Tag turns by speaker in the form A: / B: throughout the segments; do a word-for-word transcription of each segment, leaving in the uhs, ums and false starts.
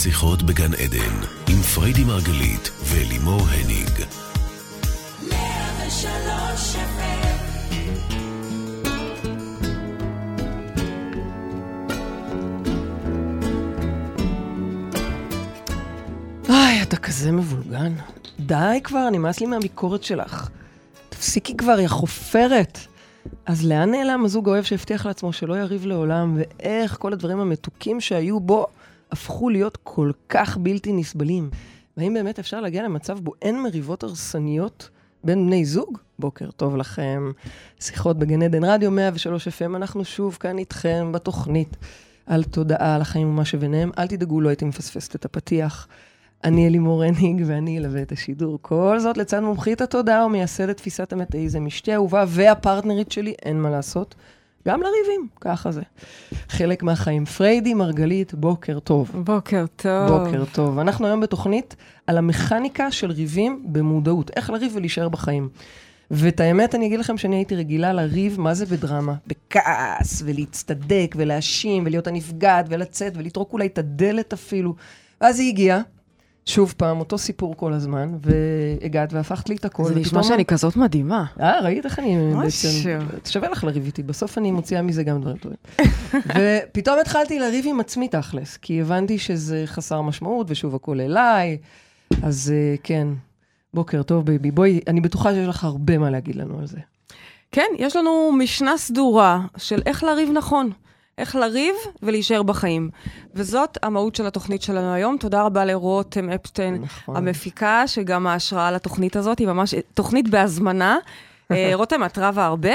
A: שיחות בגן עדן, עם פריידי מרגלית ולימור הניג.
B: מאה ושלוש אף אם.
C: איי, אתה כזה מבולגן. די כבר, נמאס לי מהביקורת שלך. תפסיקי כבר, יא חופרת. אז לאן נעלם הזוג האוהב שהבטיח לעצמו שלא יריב לעולם, ואיך כל הדברים המתוקים שהיו בו הפכו להיות כל כך בלתי נסבלים? והאם באמת אפשר להגיע למצב בו אין מריבות הרסניות בין בני זוג? בוקר טוב לכם. שיחות בגן עדן רדיו מאה ושלוש אף אם, אנחנו שוב כאן איתכם בתוכנית על תודעה, על החיים ומה שביניהם. אל תדאגו, לא הייתי מפספסת את הפתיח. אני לימור הניג ואני אלווה את השידור. כל זאת לצד מומחית התודעה ומייסדת תפיסת המטאיזם, אשתי אהובה והפרטנרית שלי, אין מה לעשות. גם לריבים, ככה זה. חלק מהחיים. פריידי מרגלית, בוקר טוב.
D: בוקר טוב.
C: בוקר טוב. אנחנו היום בתוכנית על המכניקה של ריבים במודעות. איך לריב ולהישאר בחיים. ואת האמת אני אגיד לכם שאני הייתי רגילה לריב, מה זה בדרמה? בכעס, ולהצטדק, ולהאשים, ולהיות הנפגעת, ולצאת, ולתרוק אולי את הדלת אפילו. ואז היא הגיעה. שוב פעם, אותו סיפור כל הזמן, והגעת והפכת לי את הכל.
D: זה נשמע שאני כזאת מדהימה.
C: אה, ראית איך אני בעצם... שווה לך לריב איתי, בסוף אני מוציאה מזה גם דברים טובים. ופתאום התחלתי לריב עם עצמי תכלס, כי הבנתי שזה חסר משמעות, ושוב הכל אליי. אז כן, בוקר טוב בייבי. בואי, אני בטוחה שיש לך הרבה מה להגיד לנו על זה.
D: כן, יש לנו משנה סדורה של איך לריב נכון. איך לריב ולהישאר בחיים. וזאת המהות של התוכנית שלנו היום. תודה רבה לרותם אפשטיין, נכון. המפיקה, שגם ההשראה לתוכנית הזאת, היא ממש תוכנית בהזמנה. רותם, את רבה הרבה,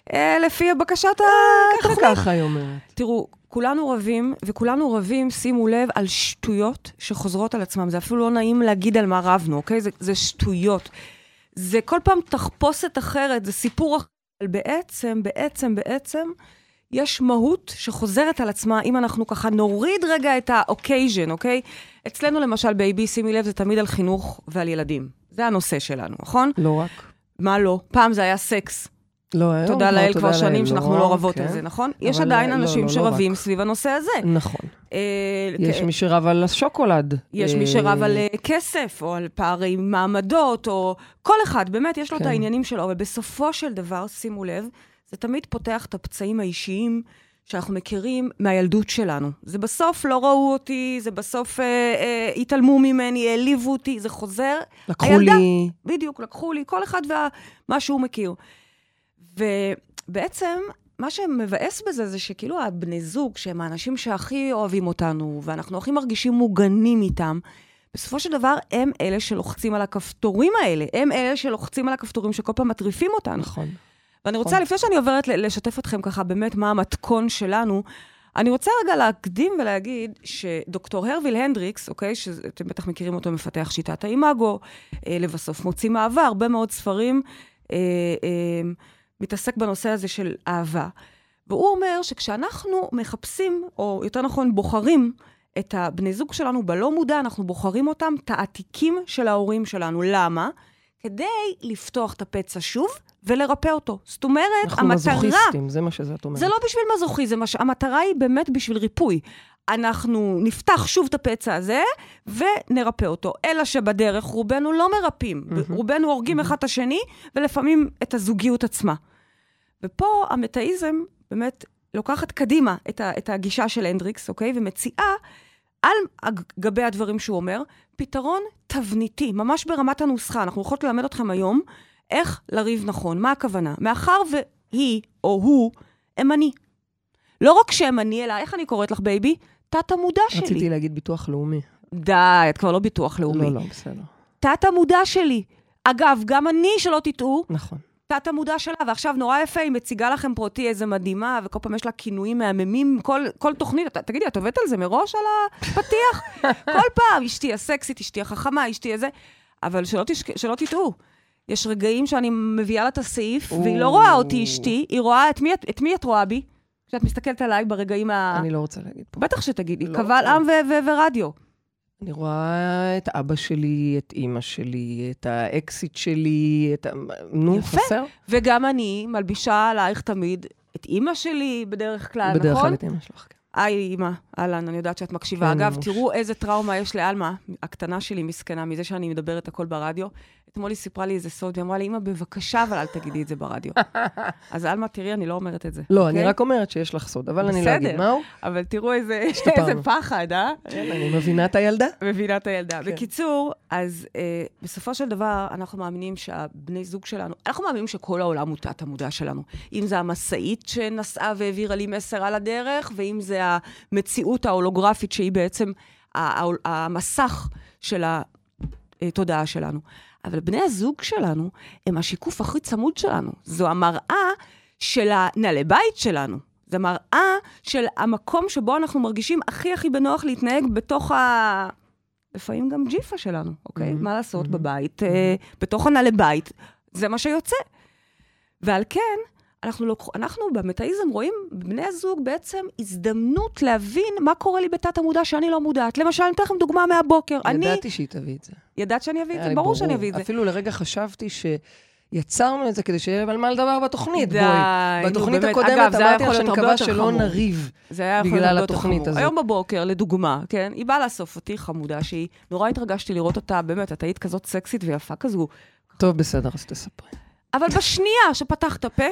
D: לפי בקשת התוכנית.
C: ככה היא אומרת.
D: תראו, כולנו רבים, וכולנו רבים, שימו לב, על שטויות שחוזרות על עצמם. זה אפילו לא נעים להגיד על מה רבנו, אוקיי? זה, זה שטויות. זה כל פעם תחפושת אחרת, זה סיפור אחר. בעצם, בעצם, בעצם, יש מהות שחוזרת על עצמה, אם אנחנו ככה נוריד רגע את ה-occasion, אוקיי? אצלנו למשל בייבי, שימי לב, זה תמיד על חינוך ועל ילדים. זה הנושא שלנו, נכון?
C: לא רק.
D: מה לא? פעם זה היה סקס.
C: לא, היום.
D: תודה לאל כבר שנים שאנחנו לא רבות על זה, נכון? יש עדיין אנשים שרבים סביב הנושא הזה.
C: נכון. יש מי שרב על השוקולד.
D: יש מי שרב על כסף, או על פערי מעמדות, או כל אחד, באמת יש לו את העניינים שלו, אבל בסופו של דבר, שימו לב, זה תמיד פותח את הפצעים האישיים שאנחנו מכירים מהילדות שלנו. זה בסוף לא ראו אותי, זה בסוף אה, אה, התעלמו ממני, העליבו אותי, זה חוזר.
C: לקחו
D: הילדה,
C: לי.
D: בדיוק, לקחו לי, כל אחד ומה שהוא מכיר. ובעצם, מה שמבאס בזה זה שכאילו הבני זוג, שהם האנשים שהכי אוהבים אותנו, ואנחנו הכי מרגישים מוגנים איתם, בסופו של דבר הם אלה שלוחצים על הכפתורים האלה, הם אלה שלוחצים על הכפתורים שכל פעם מטריפים אותנו.
C: נכון.
D: ואני רוצה, לפני שאני עוברת לשתף אתכם ככה, באמת מה המתכון שלנו, אני רוצה רגע להקדים ולהגיד שדוקטור הרוויל הנדריקס, אוקיי, שאתם בטח מכירים אותו, מפתח שיטת האימאגו, אה, לבסוף מוציא מאהבה, הרבה מאוד ספרים, אה, אה, מתעסק בנושא הזה של אהבה. והוא אומר שכשאנחנו מחפשים, או יותר נכון בוחרים, את הבני זוג שלנו בלא מודע, אנחנו בוחרים אותם, את העתיקים של ההורים שלנו. למה? כדי לפתוח את הפצע שוב, ולרפא אותו. זאת אומרת,
C: אנחנו
D: המטרה...
C: אנחנו מזוכיסטים, זה מה שזה את אומרת.
D: זה לא בשביל מזוכי, זה מש... המטרה היא באמת בשביל ריפוי. אנחנו נפתח שוב את הפצע הזה, ונרפא אותו. אלא שבדרך רובנו לא מרפאים. Mm-hmm. רובנו הורגים mm-hmm. אחד את השני, ולפעמים את הזוגיות עצמה. ופה המטאיזם באמת לוקחת קדימה את, ה... את הגישה של הנדריקס, אוקיי? ומציעה על גבי הדברים שהוא אומר, פתרון תבניתי, ממש ברמת הנוסחה. אנחנו יכולות ללמד אתכם היום, איך לריב נכון. מה הכוונה? מאחר והיא או הוא הם אני. לא רק שהם אני, אלא איך אני קוראת לך בייבי? תת המודע שלי.
C: רציתי להגיד ביטוח לאומי.
D: די, את כבר לא ביטוח לאומי.
C: לא, לא, בסדר.
D: תת המודע שלי. אגב, גם אני שלא תטעו.
C: נכון.
D: תת המודע שלה, ועכשיו נורא יפה, היא מציגה לכם פרוטי איזה מדהימה, וכל פעם יש לה כינויים מהממים, כל, כל תוכנית, תגידי, את עובדת על זה מראש על הפתיח? כל פעם, אשתי הסקסית, אשתי החכמה, אשתי איזה, אבל שלא, תש... שלא תטעו. יש רגעים שאני מביאה לה את הסעיף, והיא לא רואה אותי אשתי, היא רואה, את מי, את מי את רואה בי? כשאת מסתכלת עליי ברגעים ה...
C: אני לא רוצה להגיד פה.
D: בטח שתגידי, קבל עם ו- ו- ורדיו.
C: אני רואה את אבא שלי, את אמא שלי, את האקסית שלי, את... נו,
D: יפה.
C: חסר?
D: וגם אני מלבישה עלייך תמיד את אמא שלי בדרך כלל,
C: בדרך
D: נכון?
C: כלל את אמא שלך, כן.
D: היי, אמא, אהלן, אני יודעת שאת מקשיבה.
C: כן,
D: אגב,
C: ממש.
D: תראו איזה טראומה יש לאלמה, הקטנה שלי מסכנה, מזה שאני מדברת הכל ברדיו. אתמול היא סיפרה לי איזה סוד, והיא אמרה לי, אמא, בבקשה, אבל אל תגידי את זה ברדיו. אז אלמה, תראי, אני לא אומרת את זה.
C: לא,
D: אוקיי?
C: אני רק אומרת שיש לך סוד, אבל אני לא אגיד
D: בסדר.
C: מהו.
D: אבל תראו איזה
C: השתפרנו.
D: איזה פחד, אה?
C: אני מבינה את הילדה.
D: מבינה את הילדה.
C: כן.
D: בקיצור, אז אה, בסופו של דבר, אנחנו מאמינים שהבני זוג שלנו, אנחנו מאמינים שכל העולם הוא תת המודע שלנו. אם זה המשאית שנסעה והעבירה לי מסר על הדרך, ואם זה המציאות ההולוגרפית שהיא בעצם ה- ה- המסך של התודעה שלנו. אבל בני הזוג שלנו הם השיקוף הכי צמוד שלנו. זו המראה של הנעלי בית שלנו. זו מראה של המקום שבו אנחנו מרגישים הכי הכי בנוח להתנהג בתוך ה... לפעמים גם ג'יפה שלנו, אוקיי? מה לעשות בבית, אה, בתוך הנעלי בית, זה מה שיוצא. ועל כן, אנחנו, לוקח, אנחנו במטאיזם רואים בבני הזוג בעצם הזדמנות להבין מה קורה לי בתת המודע שאני לא מודעת. למשל, אני אתן לכם דוגמה מהבוקר.
C: ידעתי
D: אני...
C: שהיא תביא את זה.
D: ידעת שאני אביא את
C: היה
D: זה?
C: לי
D: ברור שאני אביא את זה.
C: אפילו לרגע חשבתי שיצרנו את זה כדי שיהיה על מה לדבר בתוכנית.
D: די,
C: בואי.
D: נו,
C: בתוכנית
D: באמת.
C: הקודמת
D: אגב, זה היה
C: אמרתי
D: יכול
C: לך
D: להיות
C: שאני
D: הרבה
C: מקווה
D: יותר
C: שלא
D: חמור.
C: נריב
D: זה היה יכול להיות
C: בגלל
D: הרבה יותר
C: התוכנית
D: חמור.
C: הזאת.
D: היום בבוקר, לדוגמה, כן? היא באה לאסוף אותי חמודה שהיא, נורא התרגשתי לראות אותה, באמת, את היית כזאת סקסית ויפה כזו.
C: טוב, בסדר, אז תספרי.
D: אבל בשנייה שפתחת הפה,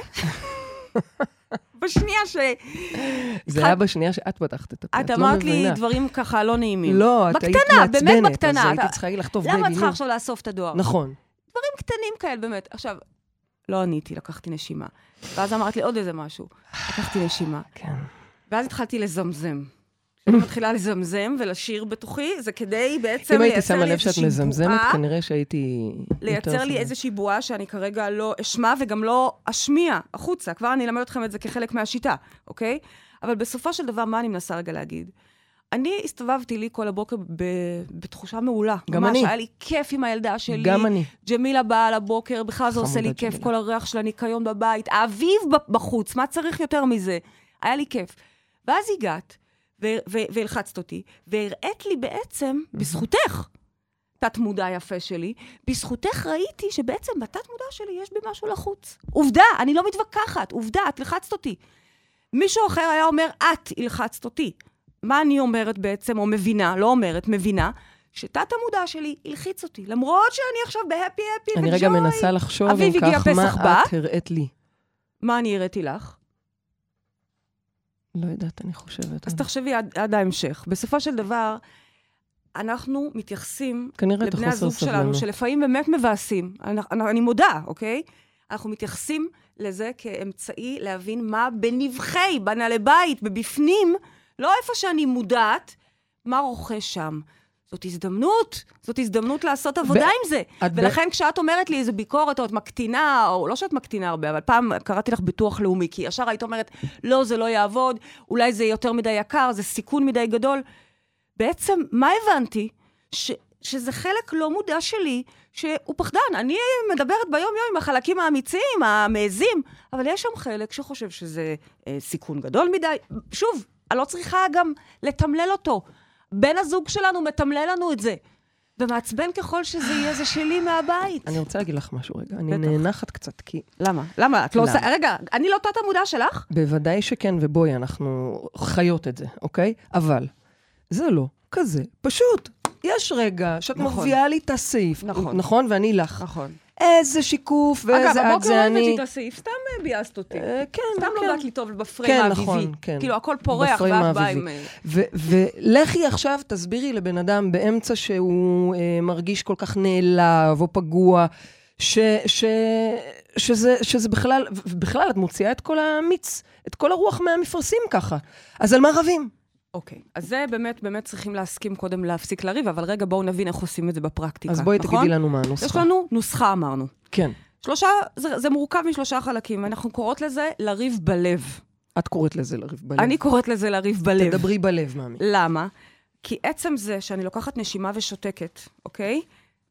D: בשנייה ש...
C: זה היה בשנייה שאת פתחת את הפה.
D: את
C: לא
D: אמרת לי
C: מבינה.
D: דברים ככה לא נעימים.
C: לא, את היית
D: בקטנה,
C: מעצבנת.
D: באמת בקטנה.
C: אז הייתי
D: אתה-
C: צריכה להגיד לך, טוב,
D: למה את
C: בייבי,
D: צריכה
C: נו.
D: עכשיו לאסוף את הדואר?
C: נכון.
D: דברים קטנים כאלה, באמת. עכשיו, לא עניתי, לקחתי נשימה. ואז אמרת לי עוד איזה משהו. לקחתי נשימה.
C: כן.
D: ואז התחלתי לזמזם. כשאני מתחילה לזמזם ולשיר בתוכי, זה כדי בעצם
C: אם הייתי
D: לייצר
C: שמה
D: לי
C: לב שאת
D: איזושהי
C: מזמזמת,
D: בועה,
C: כנראה שהייתי...
D: לייצר
C: יותר
D: לי
C: סבבה.
D: איזושהי בועה שאני כרגע לא אשמע וגם לא אשמיע החוצה. כבר אני אלמד אתכם את זה כחלק מהשיטה, אוקיי? אבל בסופו של דבר, מה אני מנסה רגע להגיד? אני הסתובבתי לי כל הבוקר ב- בתחושה מעולה.
C: גם
D: ממש,
C: אני.
D: היה לי כיף עם הילדה שלי.
C: גם אני.
D: ג'מילה באה על הבוקר, בכלל זה עושה לי
C: חמודה
D: כיף,
C: ג'מילה.
D: כל הריח של הניקיון בבית, האביב ב- בחוץ, מה צריך יותר מזה? היה לי כיף. ואז הגעת, ו- ו- והלחצת אותי, והראית לי בעצם, בזכותך, תת מודע יפה שלי, בזכותך ראיתי שבעצם בתת מודע שלי יש בי משהו לחוץ. עובדה, אני לא מתווכחת, עובדה, את לחצת אותי. מישהו אחר היה אומר, את הלחצת אותי. מה אני אומרת בעצם, או מבינה, לא אומרת, מבינה, שתת המודע שלי הלחיץ אותי, למרות שאני עכשיו בהפי הפי וג'וי.
C: אני רגע מנסה לחשוב אם
D: אביב הגיע
C: כך,
D: פסח
C: מה
D: בא.
C: את הראית לי.
D: מה אני הראיתי לך?
C: לא יודעת, אני חושבת.
D: אז תחשבי עד, עד ההמשך. בסופו של דבר, אנחנו מתייחסים
C: כנראה את
D: לבני
C: החוסר
D: הזוג שלנו,
C: סבלנות.
D: שלפעמים באמת מבאסים. אני, אני, אני מודה, אוקיי? אנחנו מתייחסים לזה כאמצעי להבין מה בנבחי, בנעלי בית, בבפנים, לא איפה שאני מודעת, מה רוכש שם. זאת הזדמנות, זאת הזדמנות לעשות עבודה עם זה.
C: את ב-
D: ולכן כשאת אומרת לי איזו ביקורת, או את מקטינה, או לא שאת מקטינה הרבה, אבל פעם קראתי לך ביטוח לאומי, כי ישר היית אומרת, לא, זה לא יעבוד, אולי זה יותר מדי יקר, זה סיכון מדי גדול. בעצם, מה הבנתי? ש, שזה חלק לא מודע שלי, שהוא פחדן. אני מדברת ביום-יום עם החלקים האמיצים, המעזים, אבל יש שם חלק שחושב שזה אה, סיכון גדול מדי. שוב, אני לא צריכה גם לתמלל אותו. בן הזוג שלנו מתמלל לנו את זה. ומעצבן ככל שזה יהיה, זה שלי מהבית.
C: אני רוצה להגיד לך משהו רגע. אני
D: בטח.
C: נאנחת קצת, כי
D: למה? למה? את לא
C: למה?
D: עושה... רגע, אני לא תת המודע שלך?
C: בוודאי שכן, ובואי, אנחנו חיות את זה, אוקיי? אבל זה לא כזה פשוט. יש רגע שאת
D: נכון.
C: מביאה לי את הסעיף,
D: נכון.
C: נכון? ואני לך.
D: נכון.
C: איזה שיקוף,
D: אגב,
C: ואיזה את
D: הבוקר
C: זה
D: לא
C: אני...
D: הבאתי את הסעיף, סתם ביאסת אותי.
C: אה, כן,
D: סתם
C: כן.
D: לא באת לי טוב בפריים
C: כן,
D: האביבי.
C: נכון, כן.
D: כאילו, הכל פורח,
C: בפריים
D: ואת באה
C: האביבי.
D: עם...
C: ו- ולכי עכשיו, תסבירי לבן אדם באמצע שהוא אה, מרגיש כל כך נעלב או פגוע, ש- ש- שזה, שזה בכלל, ובכלל את מוציאה את כל המיץ, את כל הרוח מהמפרשים ככה. אז על מה רבים?
D: אוקיי, אז זה באמת, באמת צריכים להסכים קודם להפסיק לריב, אבל רגע בואו נבין איך עושים את זה בפרקטיקה,
C: אז בואי
D: נכון?
C: תגידי לנו מה הנוסחה.
D: יש לנו נוסחה, אמרנו.
C: כן.
D: שלושה, זה, זה מורכב משלושה חלקים, אנחנו קוראות לזה לריב בלב.
C: את קוראת לזה לריב בלב.
D: אני קוראת לזה לריב בלב.
C: תדברי בלב, מאמי.
D: למה? כי עצם זה שאני לוקחת נשימה ושותקת, אוקיי?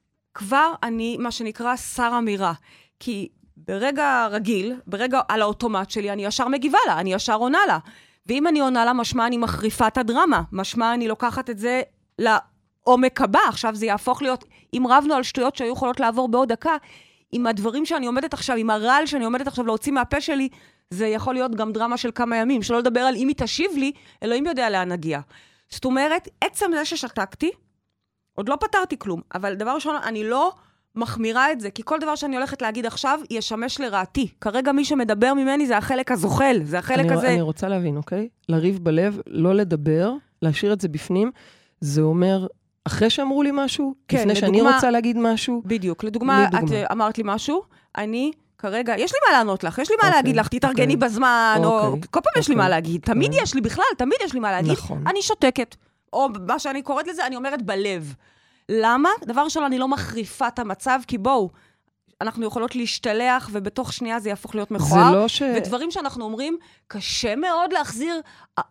D: כבר אני, מה שנקרא, שר אמירה. כי ברגע רגיל, ברגע על האוטומט שלי, אני ישר מגיבה לה, אני ישר עונה לה. ואם אני עונה לה, משמע אני מחריפה את הדרמה. משמע אני לוקחת את זה לעומק הבא. עכשיו זה יהפוך להיות, אם רבנו על שטויות שהיו יכולות לעבור בעוד דקה, עם הדברים שאני עומדת עכשיו, עם הרעל שאני עומדת עכשיו להוציא מהפה שלי, זה יכול להיות גם דרמה של כמה ימים, שלא לדבר על אם היא תשיב לי, אלוהים יודע לאן נגיע. זאת אומרת, עצם זה ששתקתי, עוד לא פתרתי כלום, אבל דבר ראשון, אני לא מחמירה את זה, כי כל דבר שאני הולכת להגיד עכשיו, ישמש לרעתי. כרגע מי שמדבר ממני זה החלק הזוחל, זה החלק
C: אני,
D: הזה...
C: אני רוצה להבין, אוקיי? לריב בלב, לא לדבר, להשאיר את זה בפנים, זה אומר, אחרי שאמרו לי משהו, כן, לפני לדוגמה, שאני רוצה להגיד משהו...
D: בדיוק, לדוגמה, לדוגמה. את אמרת לי משהו, אני... כרגע, יש לי מה לענות לך, יש לי מה להגיד לך, תתארגני בזמן, או כל פעם יש לי מה להגיד, תמיד יש לי בכלל, תמיד יש לי מה להגיד, אני שותקת. או מה שאני קוראת לזה, אני אומרת בלב. למה? דבר ראשון, אני לא מחריפה את המצב, כי בואו, אנחנו יכולות להשתלח, ובתוך שנייה זה יהפוך להיות מכוער, ודברים שאנחנו אומרים, קשה מאוד להחזיר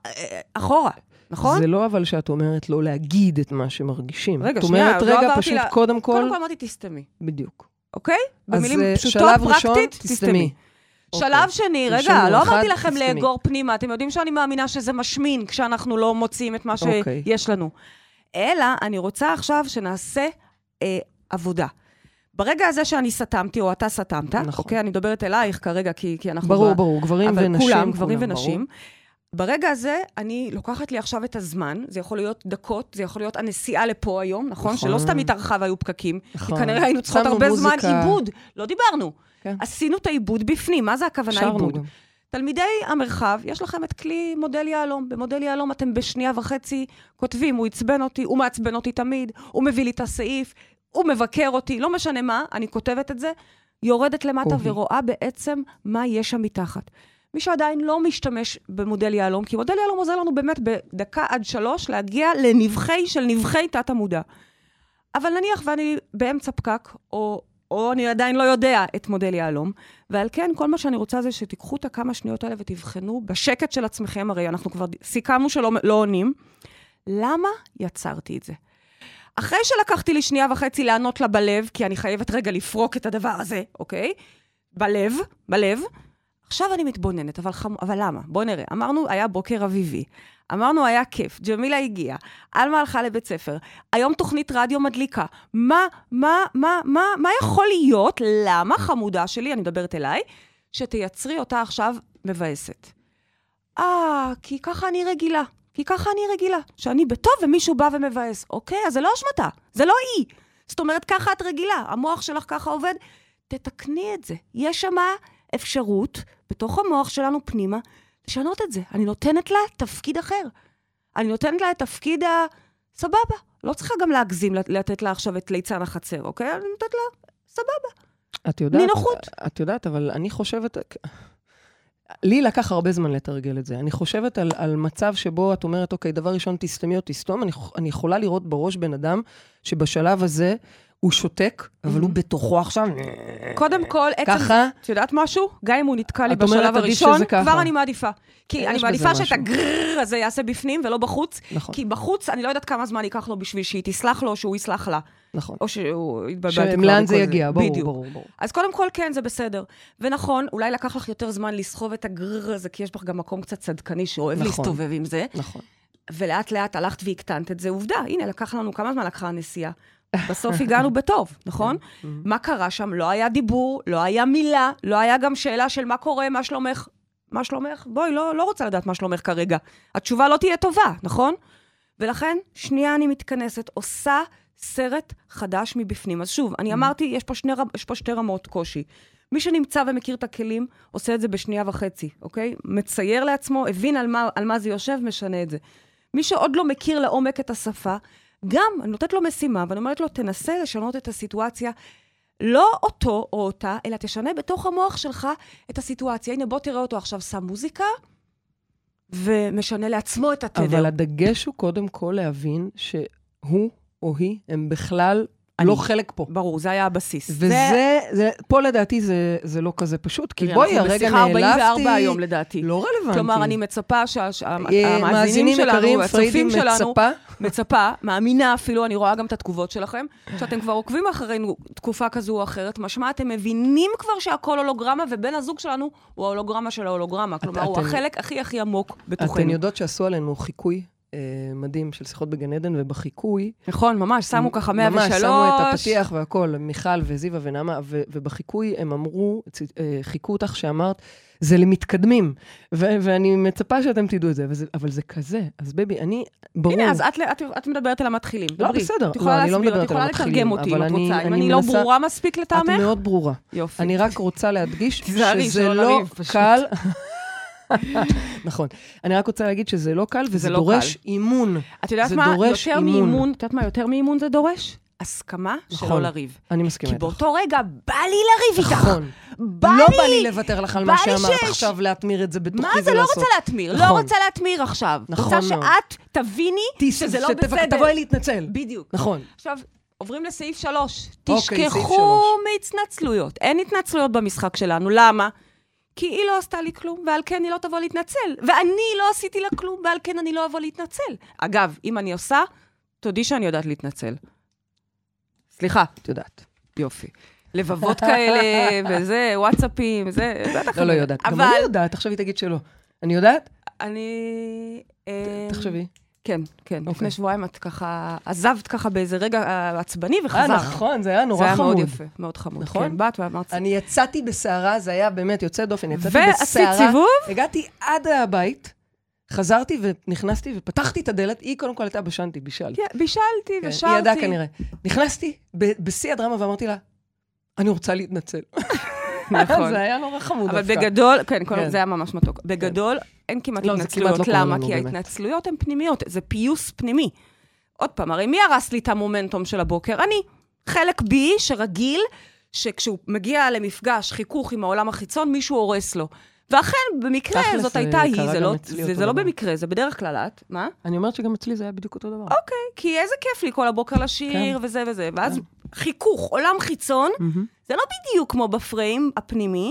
D: אחורה. נכון?
C: זה לא אבל שאת אומרת לא להגיד את מה שמרגישים.
D: רגע, שנייה,
C: אומרת, רגע, פשוט לה... קודם כל...
D: קודם כל אמרתי, תסתמי.
C: בדיוק.
D: אוקיי? במילים פשוטות, פרקטית, תסתמי. שלב שני, רגע, לא אמרתי לכם לאגור פנימה, אתם יודעים שאני מאמינה שזה משמין, כשאנחנו לא מוצאים את מה שיש לנו. אלא, אני רוצה עכשיו שנעשה עבודה. ברגע הזה שאני סתמתי, או אתה סתמת, אוקיי? אני מדברת אלייך כרגע, כי אנחנו...
C: ברור, ברור, גברים ונשים.
D: כולם, גברים ונשים. ברגע הזה, אני לוקחת לי עכשיו את הזמן, זה יכול להיות דקות, זה יכול להיות הנסיעה לפה היום, נכון? שלא סתם התארחה והיו פקקים, כי כנראה היינו צריכות הרבה זמן עיבוד, לא דיברנו. עשינו את העיבוד בפנים, מה זה הכוונה עיבוד? תלמידי המרחב, יש לכם את כלי מודל יעלום, במודל יעלום אתם בשנייה וחצי כותבים, הוא יצבן אותי, הוא מעצבן אותי תמיד, הוא מביא לי את הסעיף, הוא מבקר אותי, לא משנה מה, אני כותבת את זה, יורדת למטה ורואה בעצם מה יש שם מתחת. מי שעדיין לא משתמש במודל יעלום, כי מודל יעלום עוזר לנו באמת בדקה עד שלוש להגיע לנבחי של נבחי תת המודע. אבל נניח ואני באמצע פקק, או, או אני עדיין לא יודע את מודל יעלום, ועל כן כל מה שאני רוצה זה שתיקחו את הכמה שניות האלה ותבחנו בשקט של עצמכם, הרי אנחנו כבר סיכמנו שלא לא עונים, למה יצרתי את זה? אחרי שלקחתי לי שנייה וחצי לענות לה בלב, כי אני חייבת רגע לפרוק את הדבר הזה, אוקיי? בלב, בלב, עכשיו אני מתבוננת, אבל, חמ... אבל למה? בוא נראה. אמרנו, היה בוקר אביבי. אמרנו, היה כיף. ג'מילה הגיעה. אלמה הלכה לבית ספר. היום תוכנית רדיו מדליקה. מה, מה, מה, מה, מה יכול להיות? למה חמודה שלי, אני מדברת אליי, שתייצרי אותה עכשיו מבאסת? אה, כי ככה אני רגילה. כי ככה אני רגילה. שאני בטוב ומישהו בא ומבאס. אוקיי, אז זה לא אשמתה. זה לא היא. זאת אומרת, ככה את רגילה. המוח שלך ככה עובד. תתקני את זה. יש שמה אפשרות, בתוך המוח שלנו פנימה, לשנות את זה. אני נותנת לה תפקיד אחר. אני נותנת לה את תפקיד הסבבה. לא צריכה גם להגזים, לתת לה עכשיו את ליצן החצר, אוקיי? אני נותנת לה סבבה.
C: את יודעת,
D: נינוחות.
C: את יודעת, אבל אני חושבת... לי לקח הרבה זמן לתרגל את זה. אני חושבת על, על מצב שבו את אומרת, אוקיי, דבר ראשון, תסתמי או תסתום. אני, אני יכולה לראות בראש בן אדם שבשלב הזה הוא שותק, אבל הוא בתוכו עכשיו...
D: קודם כל,
C: ככה...
D: את יודעת משהו? גם אם הוא נתקע לי בשלב הראשון, כבר אני מעדיפה. כי אני מעדיפה שאת הגררר הזה יעשה בפנים ולא בחוץ, כי בחוץ אני לא יודעת כמה זמן ייקח לו בשביל שהיא תסלח לו או שהוא יסלח לה.
C: נכון.
D: או שהוא יתבלבל.
C: שמלאן זה יגיע, ברור, ברור, ברור.
D: אז קודם כל, כן, זה בסדר. ונכון, אולי לקח לך יותר זמן לסחוב את הגררר הזה, כי יש בך גם מקום קצת צדקני שאוהב להסתובב עם זה.
C: נכון.
D: ולאט לאט הלכת והקטנת את זה. עובדה, הנה, לקח לנו כמה זמן לקחה הנסיעה. בסוף הגענו בטוב, נכון? מה קרה שם? לא היה דיבור, לא היה מילה, לא היה גם שאלה של מה קורה, מה שלומך. מה שלומך? בואי, לא, לא רוצה לדעת מה שלומך כרגע. התשובה לא תהיה טובה, נכון? ולכן, שנייה אני מתכנסת, עושה סרט חדש מבפנים. אז שוב, אני אמרתי, יש פה, שני, יש פה שתי רמות קושי. מי שנמצא ומכיר את הכלים, עושה את זה בשנייה וחצי, אוקיי? מצייר לעצמו, הבין על מה, על מה זה יושב, משנה את זה. מי שעוד לא מכיר לעומק את השפה, גם, אני נותנת לו משימה, ואני אומרת לו, תנסה לשנות את הסיטואציה, לא אותו או אותה, אלא תשנה בתוך המוח שלך את הסיטואציה. הנה, בוא תראה אותו עכשיו, שם מוזיקה, ומשנה לעצמו את התדר.
C: אבל הדגש הוא קודם כל להבין שהוא או היא, הם בכלל לא חלק פה.
D: ברור, זה היה הבסיס.
C: וזה, זה, פה לדעתי זה, זה לא כזה פשוט, כי בואי, הרגע נעלבתי...
D: ארבעים וארבע היום לדעתי.
C: לא רלוונטי.
D: כלומר, אני מצפה שהמאזינים שלנו, הצופים שלנו, מצפה, מאמינה אפילו, אני רואה גם את התגובות שלכם, שאתם כבר עוקבים אחרינו תקופה כזו או אחרת, משמע אתם מבינים כבר שהכל הולוגרמה, ובן הזוג שלנו הוא ההולוגרמה של ההולוגרמה. כלומר, הוא החלק הכי הכי עמוק בתוכנו.
C: אתן יודעות שעשו עלינו חיקוי מדהים של שיחות בגן עדן, ובחיקוי...
D: נכון, ממש, שמו ככה מאה ושלוש.
C: ממש, שמו את הפתיח והכל, מיכל וזיווה ונעמה, ו- ובחיקוי הם אמרו, חיכו אותך שאמרת, זה למתקדמים, ו- ואני מצפה שאתם תדעו את זה, וזה, אבל זה כזה, אז בבי, אני, ברור...
D: הנה, אז את, את, את מדברת על המתחילים,
C: לא,
D: דברי.
C: בסדר,
D: לא, אני לא מדברת על המתחילים, את יכולה להסביר, את יכולה לתרגם אותי אם את רוצה, אם אני לא ברורה מספיק לטעמך?
C: את מאוד ברורה.
D: יופי.
C: אני רק רוצה להדגיש
D: תיזהרי,
C: שזה לא קל... נכון. אני רק רוצה להגיד שזה לא קל, וזה דורש אימון.
D: את יודעת מה? יותר מאימון, את יודעת מה? יותר מאימון זה דורש? הסכמה שלא לריב.
C: אני מסכימה
D: כי
C: איתך.
D: באותו רגע בא לי לריב איתך.
C: נכון. לא בא לי לוותר לך על מה שאמרת עכשיו, להתמיר את זה בתוכי ולעשות.
D: מה זה לא רוצה להתמיר? לא רוצה להתמיר עכשיו. רוצה שאת תביני שזה לא בסדר.
C: תבואי להתנצל.
D: בדיוק.
C: נכון.
D: עכשיו, עוברים לסעיף שלוש. תשכחו מהתנצלויות. אין התנצלויות במשחק שלנו. למה? כי היא לא עשתה לי כלום, ועל כן היא לא תבוא להתנצל. ואני לא עשיתי לה כלום, ועל כן אני לא אבוא להתנצל. אגב, אם אני עושה, תודי שאני יודעת להתנצל. סליחה.
C: את יודעת.
D: יופי. לבבות כאלה, וזה, וואטסאפים, זה...
C: לא, לא יודעת. גם אני יודעת, עכשיו היא תגיד שלא. אני יודעת?
D: אני...
C: תחשבי.
D: כן, כן. לפני שבועיים את ככה, עזבת ככה באיזה רגע עצבני וחזרת.
C: אה, נכון, זה היה נורא חמוד.
D: זה היה מאוד יפה, מאוד חמוד.
C: נכון?
D: כן, באת ואמרת...
C: אני יצאתי בסערה, זה היה באמת יוצא דופן, יצאתי בסערה.
D: ועשית סיבוב?
C: הגעתי עד הבית, חזרתי ונכנסתי ופתחתי את הדלת, היא קודם כל הייתה בשנתי, בישלתי.
D: בישלתי ושרתי.
C: היא ידעה כנראה. נכנסתי בשיא הדרמה ואמרתי לה, אני רוצה להתנצל.
D: נכון.
C: זה היה נורא חמוד דווקא.
D: אבל בגדול, כן, זה היה ממש מתוק. בגדול, אין כמעט התנצלויות. למה? כי ההתנצלויות הן פנימיות, זה פיוס פנימי. עוד פעם, הרי מי הרס לי את המומנטום של הבוקר? אני. חלק בי שרגיל, שכשהוא מגיע למפגש, חיכוך עם העולם החיצון, מישהו הורס לו. ואכן, במקרה, זאת הייתה היא, זה לא במקרה, זה בדרך כלל את. מה?
C: אני אומרת שגם אצלי זה היה בדיוק אותו דבר.
D: אוקיי, כי איזה כיף לי כל הבוקר לשיר וזה וזה, ואז חיכוך, עולם חיצון, זה לא בדיוק כמו בפריים הפנימי,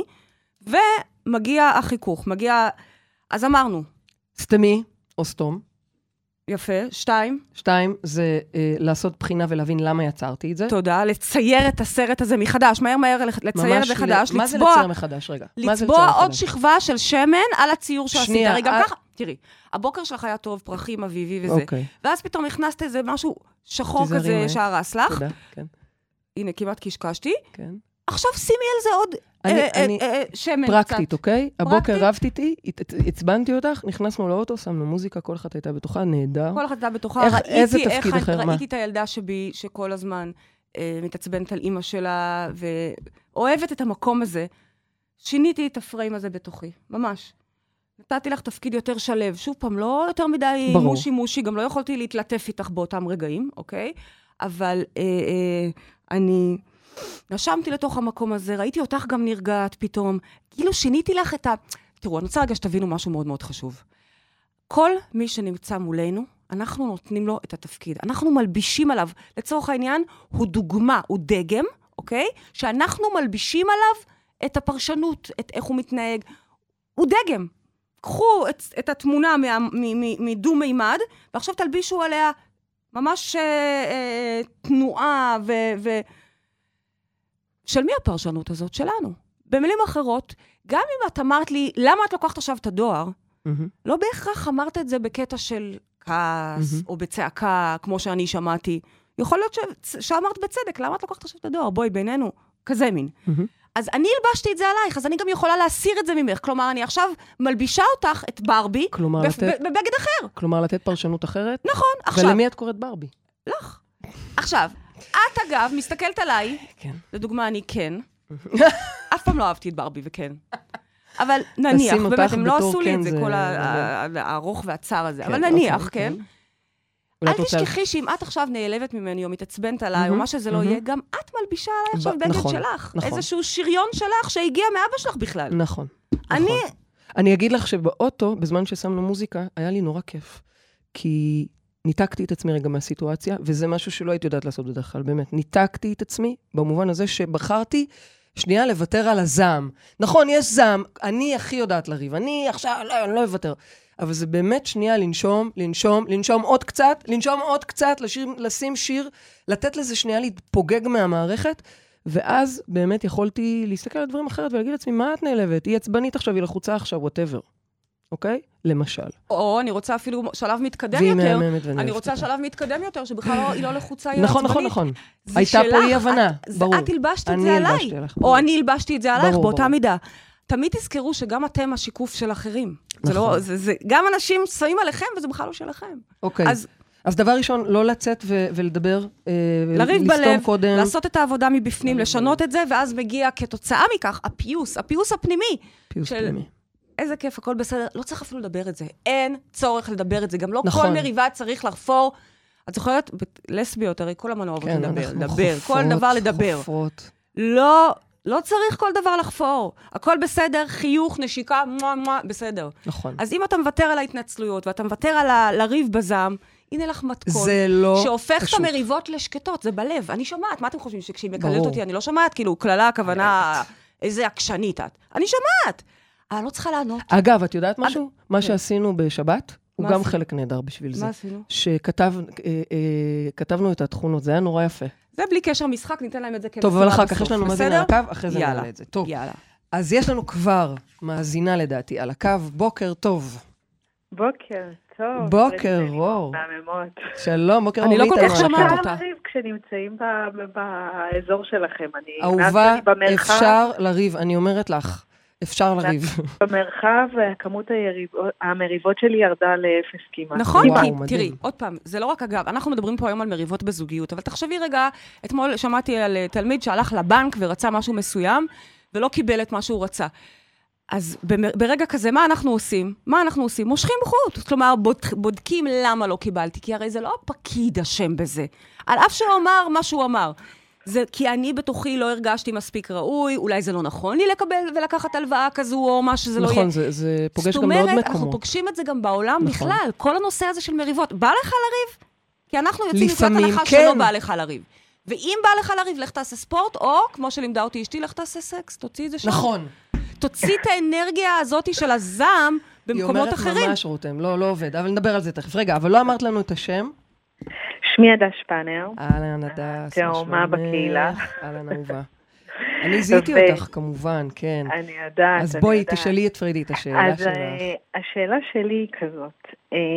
D: ומגיע החיכוך, מגיע, אז אמרנו.
C: סתמי או סתום.
D: יפה, שתיים.
C: שתיים, זה אה, לעשות בחינה ולהבין למה יצרתי את זה.
D: תודה, לצייר את הסרט הזה מחדש, מהר מהר לצייר את זה מחדש.
C: מה זה לצייר מחדש? רגע.
D: לצבוע עוד שכבה של שמן על הציור שעשית. הרי גם ככה, תראי, הבוקר שלך היה טוב, פרחים, אביבי וזה. ואז פתאום הכנסת איזה משהו שחור כזה שהרס לך.
C: תודה, כן.
D: הנה, כמעט קשקשתי.
C: כן.
D: עכשיו שימי על זה עוד שמן קצת.
C: פרקטית, אוקיי? הבוקר רבת איתי, הצבנתי אותך, נכנסנו לאוטו, שמנו מוזיקה, כל אחת הייתה בתוכה, נהדר.
D: כל אחת הייתה בתוכה,
C: איזה תפקיד אחר, מה?
D: ראיתי את הילדה שבי, שכל הזמן מתעצבנת על אימא שלה, ואוהבת את המקום הזה. שיניתי את הפריים הזה בתוכי, ממש. נתתי לך תפקיד יותר שלב. שוב פעם, לא יותר מדי מושי מושי, גם לא יכולתי להתלטף איתך באותם רגעים, אוקיי? אבל אני... נשמתי לתוך המקום הזה, ראיתי אותך גם נרגעת פתאום, כאילו שיניתי לך את ה... תראו, אני רוצה רגע שתבינו משהו מאוד מאוד חשוב. כל מי שנמצא מולנו, אנחנו נותנים לו את התפקיד. אנחנו מלבישים עליו, לצורך העניין, הוא דוגמה, הוא דגם, אוקיי? שאנחנו מלבישים עליו את הפרשנות, את איך הוא מתנהג. הוא דגם. קחו את, את התמונה מדו מימד, ועכשיו תלבישו עליה ממש אה, אה, תנועה ו... ו של מי הפרשנות הזאת? שלנו. במילים אחרות, גם אם את אמרת לי, למה את לוקחת עכשיו את הדואר? Mm-hmm. לא בהכרח אמרת את זה בקטע של כעס, mm-hmm. או בצעקה, כמו שאני שמעתי. יכול להיות ש... שאמרת בצדק, למה את לוקחת עכשיו את הדואר? בואי, בינינו, כזה מין. Mm-hmm. אז אני הלבשתי את זה עלייך, אז אני גם יכולה להסיר את זה ממך. כלומר, אני עכשיו מלבישה אותך, את ברבי,
C: כלומר,
D: ב-
C: לתת...
D: בבגד אחר.
C: כלומר, לתת פרשנות אחרת?
D: נכון, עכשיו...
C: ולמי את קוראת ברבי?
D: לך. עכשיו... את אגב, מסתכלת עליי,
C: כן.
D: לדוגמה אני כן, אף פעם לא אהבתי את ברבי וכן. אבל נניח, באמת, הם לא עשו לי את זה, כל הארוך והצער הזה, אבל נניח, כן. אל תשכחי שאם את עכשיו נעלבת ממני, או מתעצבנת עליי, או מה שזה לא יהיה, גם את מלבישה עליי עכשיו בגד שלך. איזשהו שריון שלך שהגיע מאבא שלך בכלל.
C: נכון.
D: אני...
C: אני אגיד לך שבאוטו, בזמן ששמנו מוזיקה, היה לי נורא כיף. כי... ניתקתי את עצמי רגע מהסיטואציה, וזה משהו שלא הייתי יודעת לעשות בדרך כלל, באמת. ניתקתי את עצמי, במובן הזה שבחרתי שנייה לוותר על הזעם. נכון, יש זעם, אני הכי יודעת לריב, אני עכשיו, לא, אני לא אוותר. אבל זה באמת שנייה לנשום, לנשום, לנשום עוד קצת, לנשום עוד קצת, לשיר, לשים שיר, לתת לזה שנייה להתפוגג מהמערכת, ואז באמת יכולתי להסתכל על דברים אחרת ולהגיד לעצמי, מה את נעלבת? היא עצבנית עכשיו, היא לחוצה עכשיו, whatever. אוקיי? למשל.
D: או אני רוצה אפילו שלב מתקדם
C: והיא
D: יותר.
C: מהממת ונפתת.
D: אני רוצה שלב מתקדם יותר, שבכלל לא- היא לא לחוצה, היא
C: נכון,
D: עצבנית.
C: נכון, נכון.
D: זה
C: הייתה
D: שלך,
C: פה אי הבנה,
D: את- זה-
C: ברור.
D: את הלבשת את
C: אני
D: זה עליי.
C: הלבשתי עליך, ברור.
D: או אני הלבשתי את זה עלייך,
C: ברור,
D: באותה
C: ברור.
D: מידה. תמיד תזכרו שגם אתם השיקוף של אחרים. זה
C: נכון.
D: לא, זה, זה, גם אנשים שמים עליכם, וזה בכלל לא שלכם.
C: אוקיי.
D: אז
C: אז דבר ראשון, לא לצאת ו- ולדבר, אה,
D: לריב
C: לסתום
D: בלב,
C: קודם.
D: לעשות את העבודה מבפנים, לשנות את זה, ואז מגיע כתוצאה מכך, הפיוס, הפיוס הפנימי.
C: פיוס
D: של-
C: פנימי.
D: איזה כיף, הכל בסדר. לא צריך אפילו לדבר את זה. אין צורך לדבר את זה. גם לא
C: נכון.
D: כל מריבה צריך לחפור. את זוכרת, לסביות, הרי כל המון אוהבות
C: כן,
D: לדבר,
C: אנחנו
D: לדבר,
C: חופרות,
D: כל דבר לדבר.
C: חופרות.
D: לא, לא צריך כל דבר לחפור. הכל בסדר, חיוך, נשיקה, מואה מואה, בסדר.
C: נכון.
D: אז אם אתה מוותר על ההתנצלויות, ואתה מוותר על ה- לריב בזעם, הנה לך מתכון.
C: זה לא
D: שהופך את
C: פשוט.
D: המריבות לשקטות, זה בלב. אני שומעת, מה אתם חושבים? שכשהיא מקללת
C: ברור.
D: אותי, אני לא שומעת, כאילו, כללה, הכוונה, איזה עקשנית את. אני שומעת. אבל אני לא צריכה לענות.
C: אגב, את יודעת משהו? מה שעשינו בשבת, הוא
D: מה
C: גם
D: עשינו?
C: חלק נהדר בשביל זה.
D: מה עשינו?
C: שכתבנו את התכונות, זה היה נורא יפה.
D: זה בלי קשר משחק, ניתן להם את זה כמשימה
C: טוב, אבל אחר
D: בסוף,
C: כך יש לנו מאזין
D: בסדר?
C: על הקו, אחרי זה
D: יאללה,
C: נעלה את זה. טוב,
D: יאללה.
C: אז יש לנו כבר מאזינה לדעתי על הקו, בוקר טוב.
E: בוקר טוב.
C: בוקר אור.
E: מהממות.
C: שלום, בוקר אור.
D: אני לא
C: מי
D: כל
C: איתנו
D: כך
C: על
D: שומעת
C: הקו?
D: אותך.
E: אפשר לריב כשנמצאים ב- ב- באזור שלכם. אני
C: אהובה,
E: נעשתי במרחב,
C: אפשר לריב, אני אומרת לך, אפשר לריב.
E: במרחב, כמות היריב- המריבות שלי ירדה לאפס כמעט.
D: נכון,
C: וואו,
D: כי
C: מדהים.
D: תראי, עוד פעם, זה לא רק אגב, אנחנו מדברים פה היום על מריבות בזוגיות, אבל תחשבי רגע, אתמול שמעתי על אה, תלמיד שהלך לבנק ורצה משהו מסוים, ולא קיבל את מה שהוא רצה. אז במ- ברגע כזה, מה אנחנו עושים? מה אנחנו עושים? מושכים חוט. כלומר, בוד, בודקים למה לא קיבלתי, כי הרי זה לא הפקיד אשם בזה. על אף שהוא אמר מה שהוא אמר. זה כי אני בתוכי לא הרגשתי מספיק ראוי, אולי זה לא נכון לי לקבל ולקחת הלוואה כזו, או מה שזה לא יהיה.
C: נכון, זה- זה פוגש
D: זאת
C: גם בעוד
D: אומרת, אנחנו
C: מקומות.
D: פוגשים את זה גם בעולם
C: נכון.
D: בכלל. כל הנושא הזה של מריבות. בא לך לריב? כי אנחנו יוצאים נקודת
C: לפעמים
D: הנחה
C: כן.
D: שלא בא לך לריב. ואם בא לך לריב, לך תעשה ספורט, או, כמו שלימדה אותי אשתי, לך תעשה סקס, תוציא את זה שם.
C: נכון.
D: תוציא את האנרגיה הזאת של הזעם במקומות אחרים.
C: היא אומרת ממש רותם, לא, לא עובד, אבל נדבר על זה תכף. רגע, אבל לא אמרת לנו את השם?
E: שמי עדה שפנר.
C: אהלן, הדס.
E: תאומה בקהילה.
C: אהלן, אהובה. אני זיהיתי
E: ו-
C: אותך, כמובן, כן.
E: אני יודעת,
C: אז
E: אני
C: בואי,
E: יודעת.
C: תשאלי את פרידי את השאלה
E: אז
C: שלך.
E: אה, השאלה שלי היא כזאת.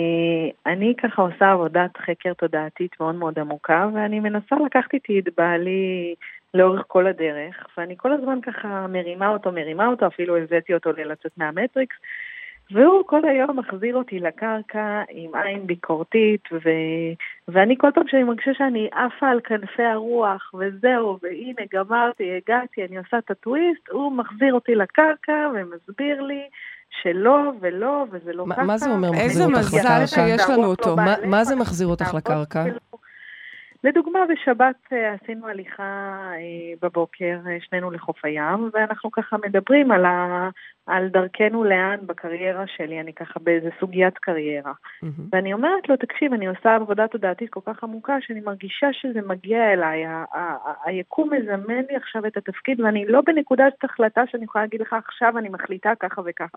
E: אה, אני ככה עושה עבודת חקר תודעתית מאוד מאוד עמוקה, ואני מנסה לקחת איתי את בעלי לאורך כל הדרך, ואני כל הזמן ככה מרימה אותו, מרימה אותו, אפילו הבאתי אותו לצאת מהמטריקס, והוא כל היום מחזיר אותי לקרקע עם עין ביקורתית, ו... ואני כל פעם שאני מרגישה שאני עפה על כנפי הרוח, וזהו, והנה גמרתי, הגעתי, אני עושה את הטוויסט, הוא מחזיר אותי לקרקע ומסביר לי שלא ולא, וזה לא
C: מה-
E: ככה.
C: מה זה אומר מחזיר
D: איזה
C: אותך
D: מזל
C: לקרקע?
D: שיש לנו אותו.
C: מה- מה זה מחזיר אותך
E: תעבוד
C: לקרקע?
E: שלו. לדוגמה, בשבת אה, עשינו הליכה אה, בבוקר, אה, שנינו לחוף הים, ואנחנו ככה מדברים על, ה... על דרכנו לאן בקריירה שלי, אני ככה באיזה סוגיית קריירה.
C: מהמם.
E: ואני אומרת לו, תקשיב, אני עושה עבודה תודעתית כל כך עמוקה, שאני מרגישה שזה מגיע אליי, ה- ה- ה- היקום מזמן לי עכשיו את התפקיד, ואני לא בנקודת החלטה שאני יכולה להגיד לך, עכשיו אני מחליטה ככה וככה.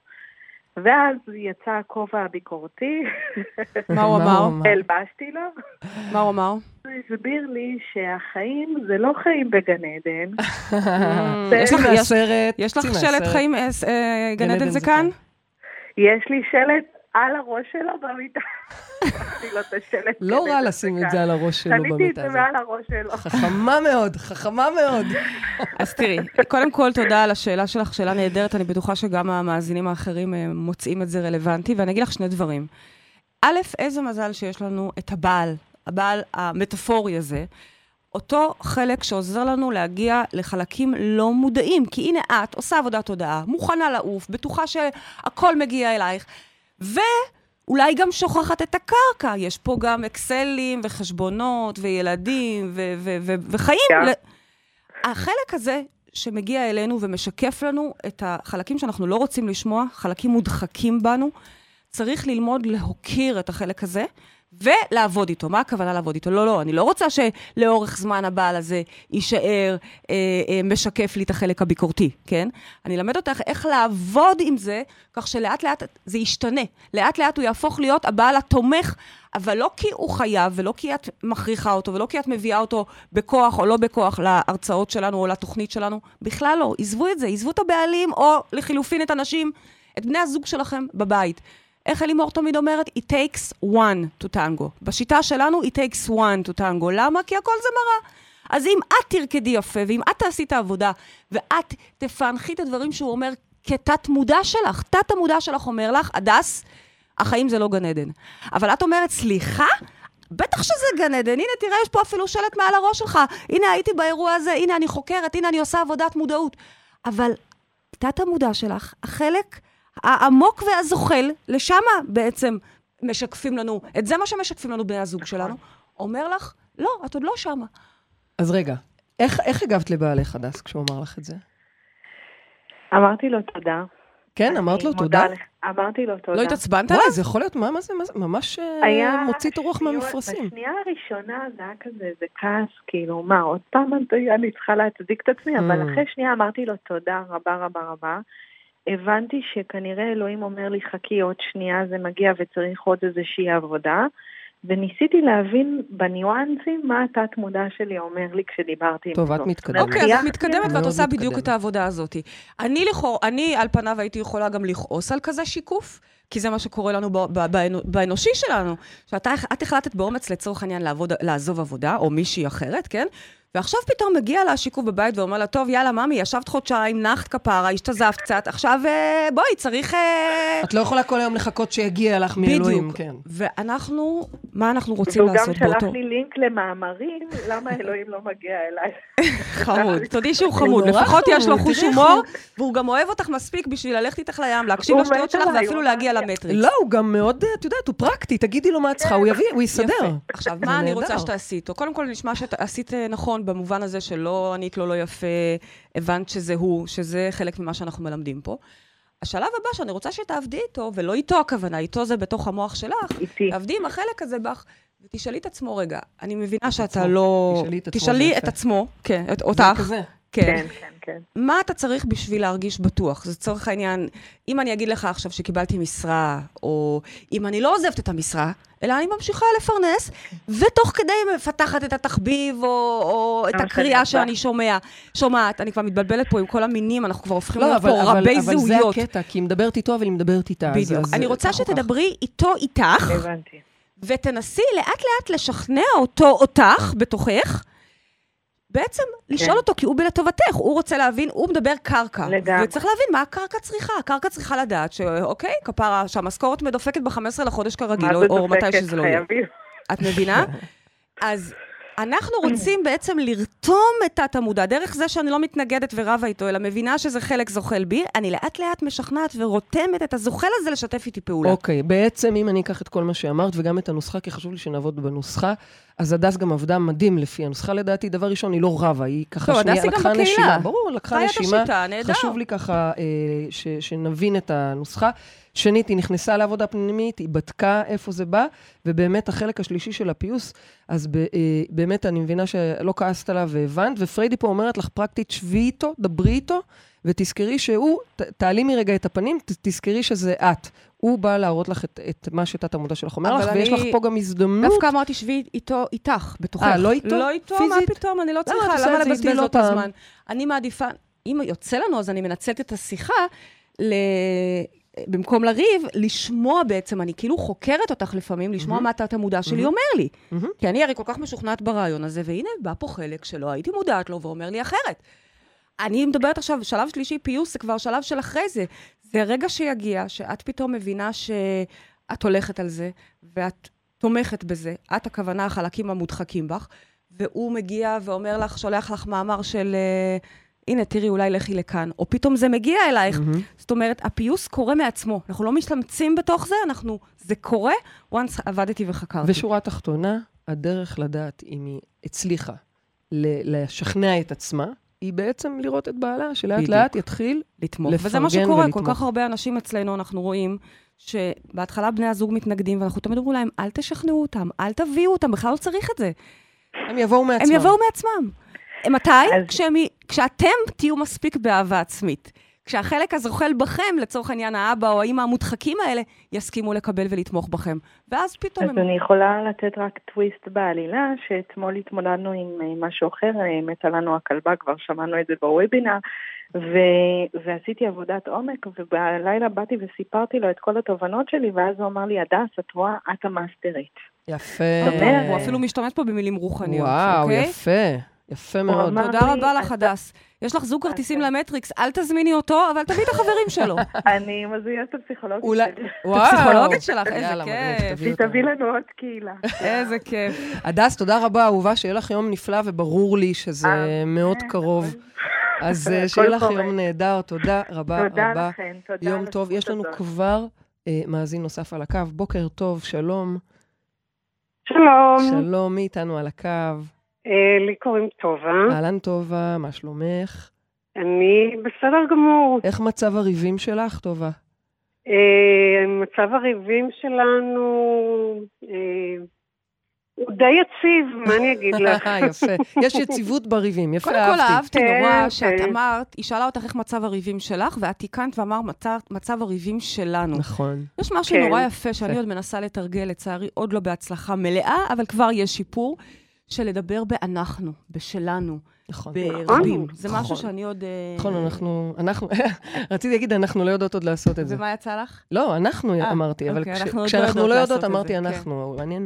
E: ואז יצא הכובע הביקורתי,
D: מה הוא אמר?
E: הלבשתי לו,
D: מה הוא אמר?
E: הוא הסביר לי שהחיים זה לא חיים בגן עדן.
D: יש לך-
C: צי
D: יש-
C: מהסרט,
D: יש לך
C: צי
D: שלט
C: מהסרט.
D: חיים, אה, אה, גן עדן זה כאן?
E: יש לי שלט על הראש שלו במיטה. שמתי לו את השלט.
C: לא
E: כדי
C: רע לשים את זה על הראש שלו
E: קניתי את
C: במיטה
E: זה
C: הזאת.
E: מעל הראש שלו.
C: חכמה מאוד, חכמה מאוד.
D: אז תראי, קודם כל תודה על השאלה שלך, שאלה נהדרת, אני בטוחה שגם המאזינים האחרים אה, מוצאים את זה רלוונטי, ואני אגיד לך שני דברים. א', איזה מזל שיש לנו את הבעל, הבעל המטאפורי הזה, אותו חלק שעוזר לנו להגיע לחלקים לא מודעים, כי הנה את עושה עבודת תודעה, מוכנה לעוף, בטוחה שהכל מגיע אלייך, ואולי גם שוכחת את הקרקע, יש פה גם אקסלים וחשבונות וילדים ו- ו- ו- וחיים.
E: כן.
D: ל- החלק הזה שמגיע אלינו ומשקף לנו את החלקים שאנחנו לא רוצים לשמוע, חלקים מודחקים בנו, צריך ללמוד להוקיר את החלק הזה, ולעבוד איתו. מה הכוונה לעבוד איתו? לא, לא, אני לא רוצה שלאורך זמן הבעל הזה יישאר, אה, אה, משקף לי את החלק הביקורתי, כן? אני אלמד אותך איך לעבוד עם זה, כך שלאט לאט זה ישתנה. לאט לאט הוא יהפוך להיות הבעל התומך, אבל לא כי הוא חייב, ולא כי את מכריחה אותו, ולא כי את מביאה אותו בכוח או לא בכוח להרצאות שלנו או לתוכנית שלנו. בכלל לא, עזבו את זה, עזבו את הבעלים, או לחילופין את הנשים, את בני הזוג שלכם בבית. איך אלימור תמיד אומרת? It takes one to tango. בשיטה שלנו, it takes one to tango. למה? כי הכל זה מראה. אז אם את תרקדי יפה, ואם את תעשי את העבודה, ואת תפענחי את הדברים שהוא אומר כתת מודע שלך, תת המודע שלך אומר לך, הדס, החיים זה לא גן עדן. אבל את אומרת, סליחה? בטח שזה גן עדן. הנה, תראה, יש פה אפילו שלט מעל הראש שלך. הנה, הייתי באירוע הזה, הנה, אני חוקרת, הנה, אני עושה עבודת מודעות. אבל תת המודע שלך, החלק העמוק והזוחל, לשם בעצם משקפים לנו, את זה מה שמשקפים לנו בני הזוג שלנו, אומר לך, לא, את עוד לא שמה.
C: אז רגע, איך, איך הגבת לבעלך חדש כשהוא אמר לך את זה?
E: אמרתי לו תודה.
C: כן, אמרת לו תודה?
E: לך, אמרתי לו תודה.
D: לא התעצבנת עליו?
C: וואי, זה יכול להיות, מה, מה זה, ממש היה מוציא את הרוח מהמפרשים.
E: בשנייה הראשונה זה היה כזה, זה כעס, כאילו, מה, עוד פעם אני צריכה להצדיק את עצמי, אבל אחרי שנייה אמרתי לו תודה רבה רבה רבה. הבנתי שכנראה אלוהים אומר לי, חכי עוד שנייה, זה מגיע וצריך עוד איזושהי עבודה, וניסיתי להבין בניואנסים מה התת מודע שלי אומר לי כשדיברתי.
C: טוב, את מתקדמת.
D: אוקיי, אז את מתקדמת ואת עושה בדיוק את העבודה הזאת. אני, אני על פניו הייתי יכולה גם לכעוס על כזה שיקוף, כי זה מה שקורה לנו באנושי שלנו. שאת החלטת באומץ לצורך העניין לעזוב עבודה, או מישהי אחרת, כן? ועכשיו פתאום מגיע לה שיקוף בבית ואומר לה, טוב, יאללה, ממי, ישבת חודשיים, נחת כפרה, השתזפת קצת, עכשיו בואי, צריך...
C: את לא יכולה כל היום לחכות שיגיע לך מאלוהים, כן.
D: ואנחנו, מה אנחנו רוצים לעשות באותו?
E: הוא גם שלח לי לינק למאמרים, למה אלוהים לא מגיע אליי.
D: חמוד, תודי שהוא חמוד, לפחות יש לו חוש הומור, והוא גם אוהב אותך מספיק בשביל ללכת איתך לים, להקשיב לשטויות שלך ואפילו להגיע למטריקס.
C: לא, הוא גם מאוד, את יודעת, הוא פרקטי, תגידי לו מה את צריכה, הוא יביא, הוא יסדר.
D: עכשיו, מה אני רוצה שתעשי איתו? קודם כל, נשמע שעשית נכון במובן הזה שלא ענית לו לא יפה, הבנת שזה הוא, שזה חלק ממה שאנחנו מלמדים פה. השלב הבא שאני רוצה שתעבדי איתו, ולא איתו הכוונה, איתו זה בתוך המוח שלך, תעבדי עם החלק הזה בך, ותשאלי את עצמו רגע. אני מבינה שאתה לא... תשאלי את עצמו, כן, אותך.
E: כן, כן, כן.
D: מה אתה צריך בשביל להרגיש בטוח? זה צורך העניין, אם אני אגיד לך עכשיו שקיבלתי משרה, או אם אני לא עוזבת את המשרה, אלא אני ממשיכה לפרנס, ותוך כדי מפתחת את התחביב, או, או את הקריאה שאני שומע, שומעת, אני כבר מתבלבלת פה עם כל המינים, אנחנו כבר הופכים להיות פה רבי זהויות.
C: אבל זה הקטע, כי היא מדברת איתו, אבל היא מדברת איתה.
D: בדיוק. אני רוצה שתדברי איתו איתך, ותנסי לאט לאט לשכנע אותו אותך בתוכך, בעצם לשאול אותו, כי הוא בלטובתך, הוא רוצה להבין, הוא מדבר קרקע. וצריך להבין מה הקרקע צריכה. הקרקע צריכה לדעת שאוקיי, כפרה, שהמשכורת מדופקת ב-חמישה עשר לחודש כרגיל, או מתי שזה לא יהיה. את מבינה? אז אנחנו רוצים בעצם לרתום את תת המודע, דרך זה שאני לא מתנגדת ורבה איתו, אלא מבינה שזה חלק זוחל בי, אני לאט לאט משכנעת ורותמת את הזוחל הזה לשתף איתי פעולה.
C: אוקיי, בעצם אם אני אקח את כל מה שאמרת, וגם את הנוסחה, כי חשוב לי שנעבוד בנוסחה, אז הדס גם עבדה מדהים לפי הנוסחה, לדעתי, דבר ראשון, היא לא רבה, היא ככה שנייה, לקחה נשימה. ברור, לקחה נשימה. חשוב לי ככה שנבין את הנוסחה. שנית, היא נכנסה לעבודה פנימית, היא בדקה איפה זה בא, ובאמת החלק השלישי של הפיוס, אז באמת אני מבינה שלא כעסת עליו והבנת, ופריידי פה אומרת לך פרקטית, שבי איתו, דברי איתו, ותזכרי שהוא, תעלי מרגע את הפנים, תזכרי שזה את. הוא בא להראות לך את, את מה שתת המודע שלך אומר לך, ויש לך פה גם הזדמנות.
D: דווקא אמרתי שבי איתו, איתך, בתוכך.
C: אה, לא איתו?
D: לא איתו, מה פתאום? אני לא צריכה, למה לבזבז לו את הזמן? אני מעדיפה, אם יוצא לנו, אז אני מנצלת את השיחה, ל... במקום לריב, לשמוע בעצם, אני כאילו חוקרת אותך לפעמים, לשמוע מה תת המודע שלי אומר לי. כי אני הרי כל כך משוכנעת ברעיון הזה, והנה בא פה חלק שלא הייתי מודעת לו, ואומר לי אחרת. אני מדברת עכשיו, שלב שלישי, פיוס, זה כבר שלב של אחרי זה. זה הרגע שיגיע, שאת פתאום מבינה שאת הולכת על זה, ואת תומכת בזה, את הכוונה, החלקים המודחקים בך, והוא מגיע ואומר לך, שולח לך מאמר של... הנה, תראי, אולי לכי לכאן, או פתאום זה מגיע אלייך. Mm-hmm. זאת אומרת, הפיוס קורה מעצמו. אנחנו לא משתמצים בתוך זה, אנחנו, זה קורה, once עבדתי וחקרתי.
C: ושורה תחתונה, הדרך לדעת אם היא הצליחה לשכנע את עצמה, היא בעצם לראות את בעלה, שלאט לאט יתחיל
D: לתמוך. וזה מה שקורה, כל כך הרבה אנשים אצלנו, אנחנו רואים שבהתחלה בני הזוג מתנגדים, ואנחנו תמיד אומרים להם, אל תשכנעו אותם, אל תביאו אותם, בכלל לא צריך את זה.
C: הם יבואו מעצמם.
D: הם יבואו מעצמם. מתי? אז... כשהם, כשאתם תהיו מספיק באהבה עצמית. כשהחלק הזוחל בכם, לצורך העניין האבא או האמא המודחקים האלה, יסכימו לקבל ולתמוך בכם. ואז פתאום...
E: אז הם... אני יכולה לתת רק טוויסט בעלילה, שאתמול התמודדנו עם משהו אחר, מתה לנו הכלבה, כבר שמענו את זה בוובינר, ו- ועשיתי עבודת עומק, ובלילה באתי וסיפרתי לו את כל התובנות שלי, ואז הוא אמר לי, הדס, את רואה, את המאסטרית.
C: יפה.
D: הוא אפילו משתמש פה במילים רוחניות,
C: וואו,
D: אוקיי?
C: יפה. יפה מאוד.
E: אמר
D: תודה
E: לי,
D: רבה לך,
E: אתה-
D: הדס. יש לך זוג כרטיסים למטריקס, אל תזמיני אותו, אבל תביא את החברים שלו.
E: אני מזמינה את הפסיכולוגית
C: אולי...
E: שלי.
C: וואו.
D: הפסיכולוגית שלך, איזה
C: יאללה, מגניב,
D: כיף.
C: תביאי
E: היא
C: אותה.
E: תביא לנו עוד קהילה.
D: איזה כיף.
C: הדס, תודה רבה, אהובה, שיהיה לך יום נפלא, וברור לי שזה מאוד קרוב. אז
E: הכל
C: שיהיה לך
E: קורה.
C: יום נהדר, תודה רבה
E: תודה
C: רבה.
E: לכם, תודה.
C: יום
E: על
C: טוב.
E: הזכות
C: יש לנו
E: הזאת.
C: כבר אה, מאזין נוסף על הקו. בוקר טוב, שלום.
F: שלום,
C: שלום, מי איתנו על הקו?
F: אה, לי קוראים טובה,
C: אהלן טובה, מה שלומך?
F: אני בסדר גמור.
C: איך מצב הריבים שלך, טובה?
F: אה, מצב הריבים שלנו אה, הוא די יציב, מה אני אגיד לך?
C: יפה. יש יציבות בריבים, יפה,
D: קודם כל
C: אהבתי.
D: אהבתי
F: כן,
D: נורא שאת
F: כן.
D: אמרת, היא שאלה אותך איך מצב הריבים שלך, ואת תיקנת ואמרת מצב- מצב הריבים שלנו.
C: נכון.
D: יש משהו
F: כן.
D: נורא יפה שאני עוד מנסה לתרגל, לצערי עוד לא בהצלחה מלאה, אבל כבר יש שיפור של לדבר באנחנו, בשלנו,
C: נכון.
D: ברבים. זה
C: נכון.
D: משהו שאני עוד... אה,
C: נכון, אנחנו, אנחנו, רציתי להגיד, אנחנו לא יודעות עוד לעשות את זה.
D: ומה יצא לך?
C: לא, אנחנו
D: אה,
C: אמרתי, אבל
D: אוקיי,
C: כש-
D: אנחנו עוד לא
C: כשאנחנו
D: יודעות
C: לא
D: לעשות
C: יודעות,
D: את
C: אמרתי
D: זה, כן.
C: אנחנו. מעניין.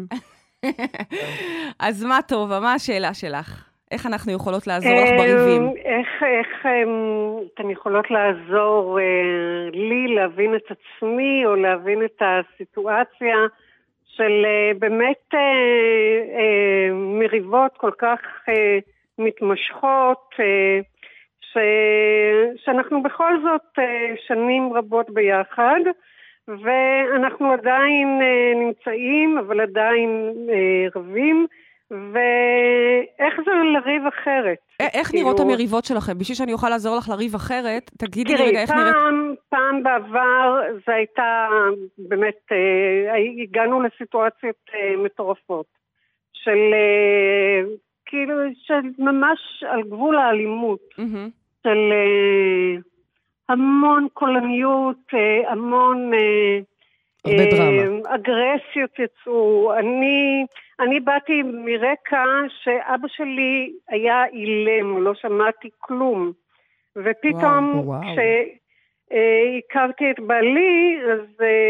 D: אז מה טוב, מה השאלה שלך? איך אנחנו יכולות לעזור לך בריבים?
F: אה, איך, איך אה, אתן יכולות לעזור אה, לי להבין את עצמי, או להבין את הסיטואציה של אה, באמת אה, אה, מריבות כל כך אה, מתמשכות, אה, ש, שאנחנו בכל זאת אה, שנים רבות ביחד, ואנחנו עדיין אה, נמצאים, אבל עדיין אה, רבים, ואיך זה לריב אחרת?
D: א- איך
F: כאילו-
D: נראות המריבות שלכם? בשביל שאני אוכל לעזור לך לריב אחרת, תגידי לי רגע
F: תראי,
D: איך נראית...
F: פעם, פעם בעבר זה הייתה באמת, אה, הגענו לסיטואציות אה, מטורפות, של אה, כאילו, של ממש על גבול האלימות,
D: מהמם.
F: של אה, המון קולניות, אה, המון אה,
C: הרבה
F: אה,
C: דרמה.
F: אגרסיות יצאו. אני, אני באתי מרקע שאבא שלי היה אילם, לא שמעתי כלום. ופתאום
C: וואו, וואו.
F: כשהכרתי את בעלי, אז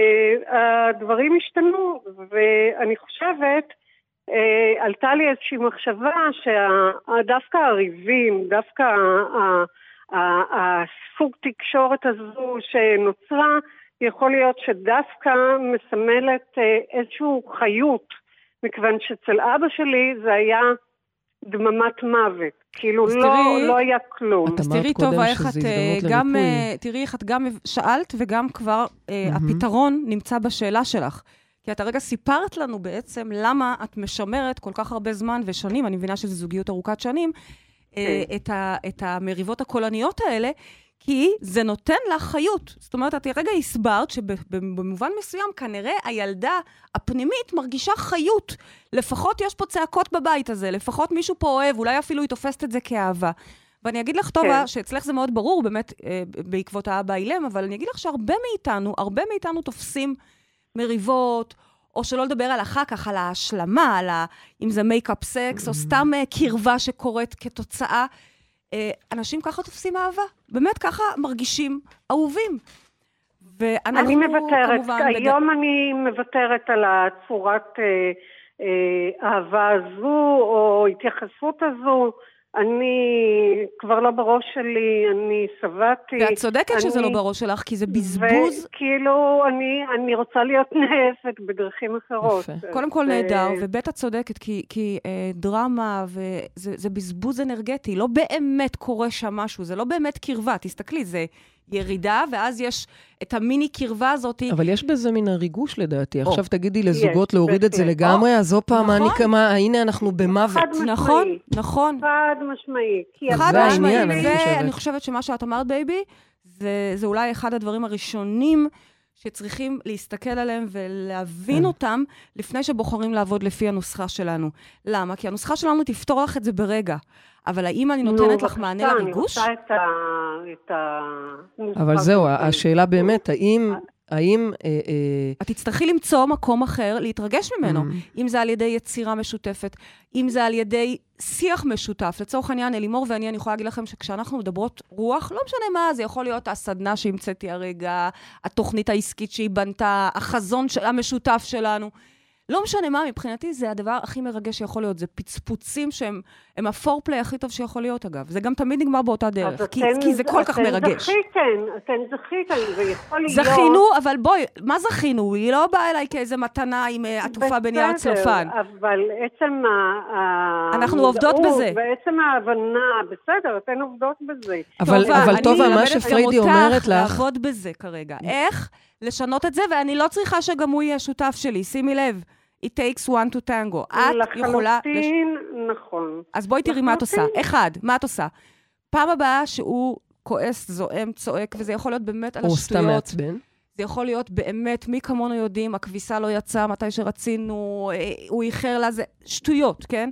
F: אה, הדברים השתנו, ואני חושבת, אה, עלתה לי איזושהי מחשבה שדווקא הריבים, דווקא ה- ה- הסוג תקשורת הזו שנוצרה, יכול להיות שדווקא מסמלת אה, איזשהו חיות, מכיוון שאצל אבא שלי זה היה דממת מוות, כאילו
D: אז
F: לא,
D: תראי-
F: לא היה כלום.
C: את
D: אז
C: אמרת
D: תראי
C: קודם
D: טובה איך
C: שזו
D: את אה,
C: הזדמנות
D: גם,
C: לריפוי.
D: אה, תראי איך את גם שאלת וגם כבר אה,
C: מהמם.
D: הפתרון נמצא בשאלה שלך. כי את הרגע סיפרת לנו בעצם למה את משמרת כל כך הרבה זמן ושנים, אני מבינה שזו זוגיות ארוכת שנים, אה, את ה- את המריבות הקולניות האלה, כי זה נותן לך חיות. זאת אומרת, את הרגע הסברת שבמובן מסוים כנראה הילדה הפנימית מרגישה חיות. לפחות יש פה צעקות בבית הזה, לפחות מישהו פה אוהב, אולי אפילו היא תופסת את זה כאהבה. ואני אגיד לך, טובה,
F: כן.
D: שאצלך זה מאוד ברור, באמת, אה, בעקבות האבא אילם, אבל אני אגיד לך שהרבה מאיתנו, הרבה מאיתנו תופסים מריבות, או שלא לדבר על אחר כך, על ההשלמה, על ה... אם זה מייקאפ סקס, או סתם אה, קרבה שקורית כתוצאה. אה, אנשים ככה תופסים אהבה. באמת ככה מרגישים אהובים. ואנחנו
F: אני מוותרת,
D: כמובן...
F: היום אני מוותרת על הצורת אה, אה, אהבה הזו, או התייחסות הזו, אני כבר לא בראש שלי, אני שבעתי.
D: ואת צודקת
F: אני...
D: שזה לא בראש שלך, כי זה בזבוז.
F: וכאילו, אני, אני רוצה להיות נאפת בדרכים אחרות.
C: יפה.
D: קודם כל
F: אז,
D: נהדר,
F: אה,
D: ובית את צודקת, כי, כי אה, דרמה וזה זה בזבוז אנרגטי, לא באמת קורה שם משהו, זה לא באמת קרבה, תסתכלי, זה ירידה, ואז יש את המיני קרבה הזאת.
C: אבל יש בזה מן הריגוש לדעתי.
D: או.
C: עכשיו תגידי לזוגות להוריד את זה
F: בהחלט.
C: לגמרי, אז זו פעם,
D: נכון.
C: אני כמה, הנה אנחנו במוות.
F: חד משמעי.
D: נכון, נכון.
F: חד משמעי. כי
D: חד
C: זה
D: משמעי,
C: העניין, אני חושבת.
D: ואני חושבת שמה שאת אמרת, בייבי, זה, זה אולי אחד הדברים הראשונים שצריכים להסתכל עליהם ולהבין אותם לפני שבוחרים לעבוד לפי הנוסחה שלנו. למה? כי הנוסחה שלנו תפתור לך את זה ברגע. אבל האם אני נותנת לך מענה לריגוש?
F: אני רוצה את ה... את ה...
C: אבל זהו, השאלה באמת, האם האם... אה, אה...
D: את תצטרכי למצוא מקום אחר להתרגש ממנו. Mm. אם זה על ידי יצירה משותפת, אם זה על ידי שיח משותף. לצורך העניין, אלימור ואני, אני יכולה להגיד לכם שכשאנחנו מדברות רוח, לא משנה מה, זה יכול להיות הסדנה שהמצאתי הרגע, התוכנית העסקית שהיא בנתה, החזון המשותף שלנו. לא משנה מה, מבחינתי זה הדבר הכי מרגש שיכול להיות. זה פצפוצים שהם הם הפורפליי הכי טוב שיכול להיות, אגב. זה גם תמיד נגמר באותה דרך, כי, אתן, כי זה כל כך מרגש.
F: אתן זכיתן, אתן זכיתן, זה יכול להיות...
D: זכינו, אבל בואי, מה זכינו? היא לא באה אליי כאיזה מתנה עם עטופה בנייר צלופן.
F: אבל עצם ה...
D: אנחנו עובדות בזה.
F: בעצם ההבנה, בסדר, אתן עובדות בזה.
C: אבל, טובה, אבל טובה, מה שפריידי אומרת לך...
D: לעבוד בזה כרגע. איך לשנות את זה, ואני לא צריכה שגם הוא יהיה שותף שלי, שימי לב. It takes one to tango. את יכולה...
F: לחלוטין, נכון.
D: אז בואי תראי מה את עושה. אחד, מה את עושה? פעם הבאה שהוא כועס, זועם, צועק, וזה יכול להיות באמת על השטויות.
C: או סתם מעצבן.
D: זה יכול להיות באמת, מי כמונו יודעים, הכביסה לא יצאה מתי שרצינו, הוא איחר לה, זה שטויות, כן?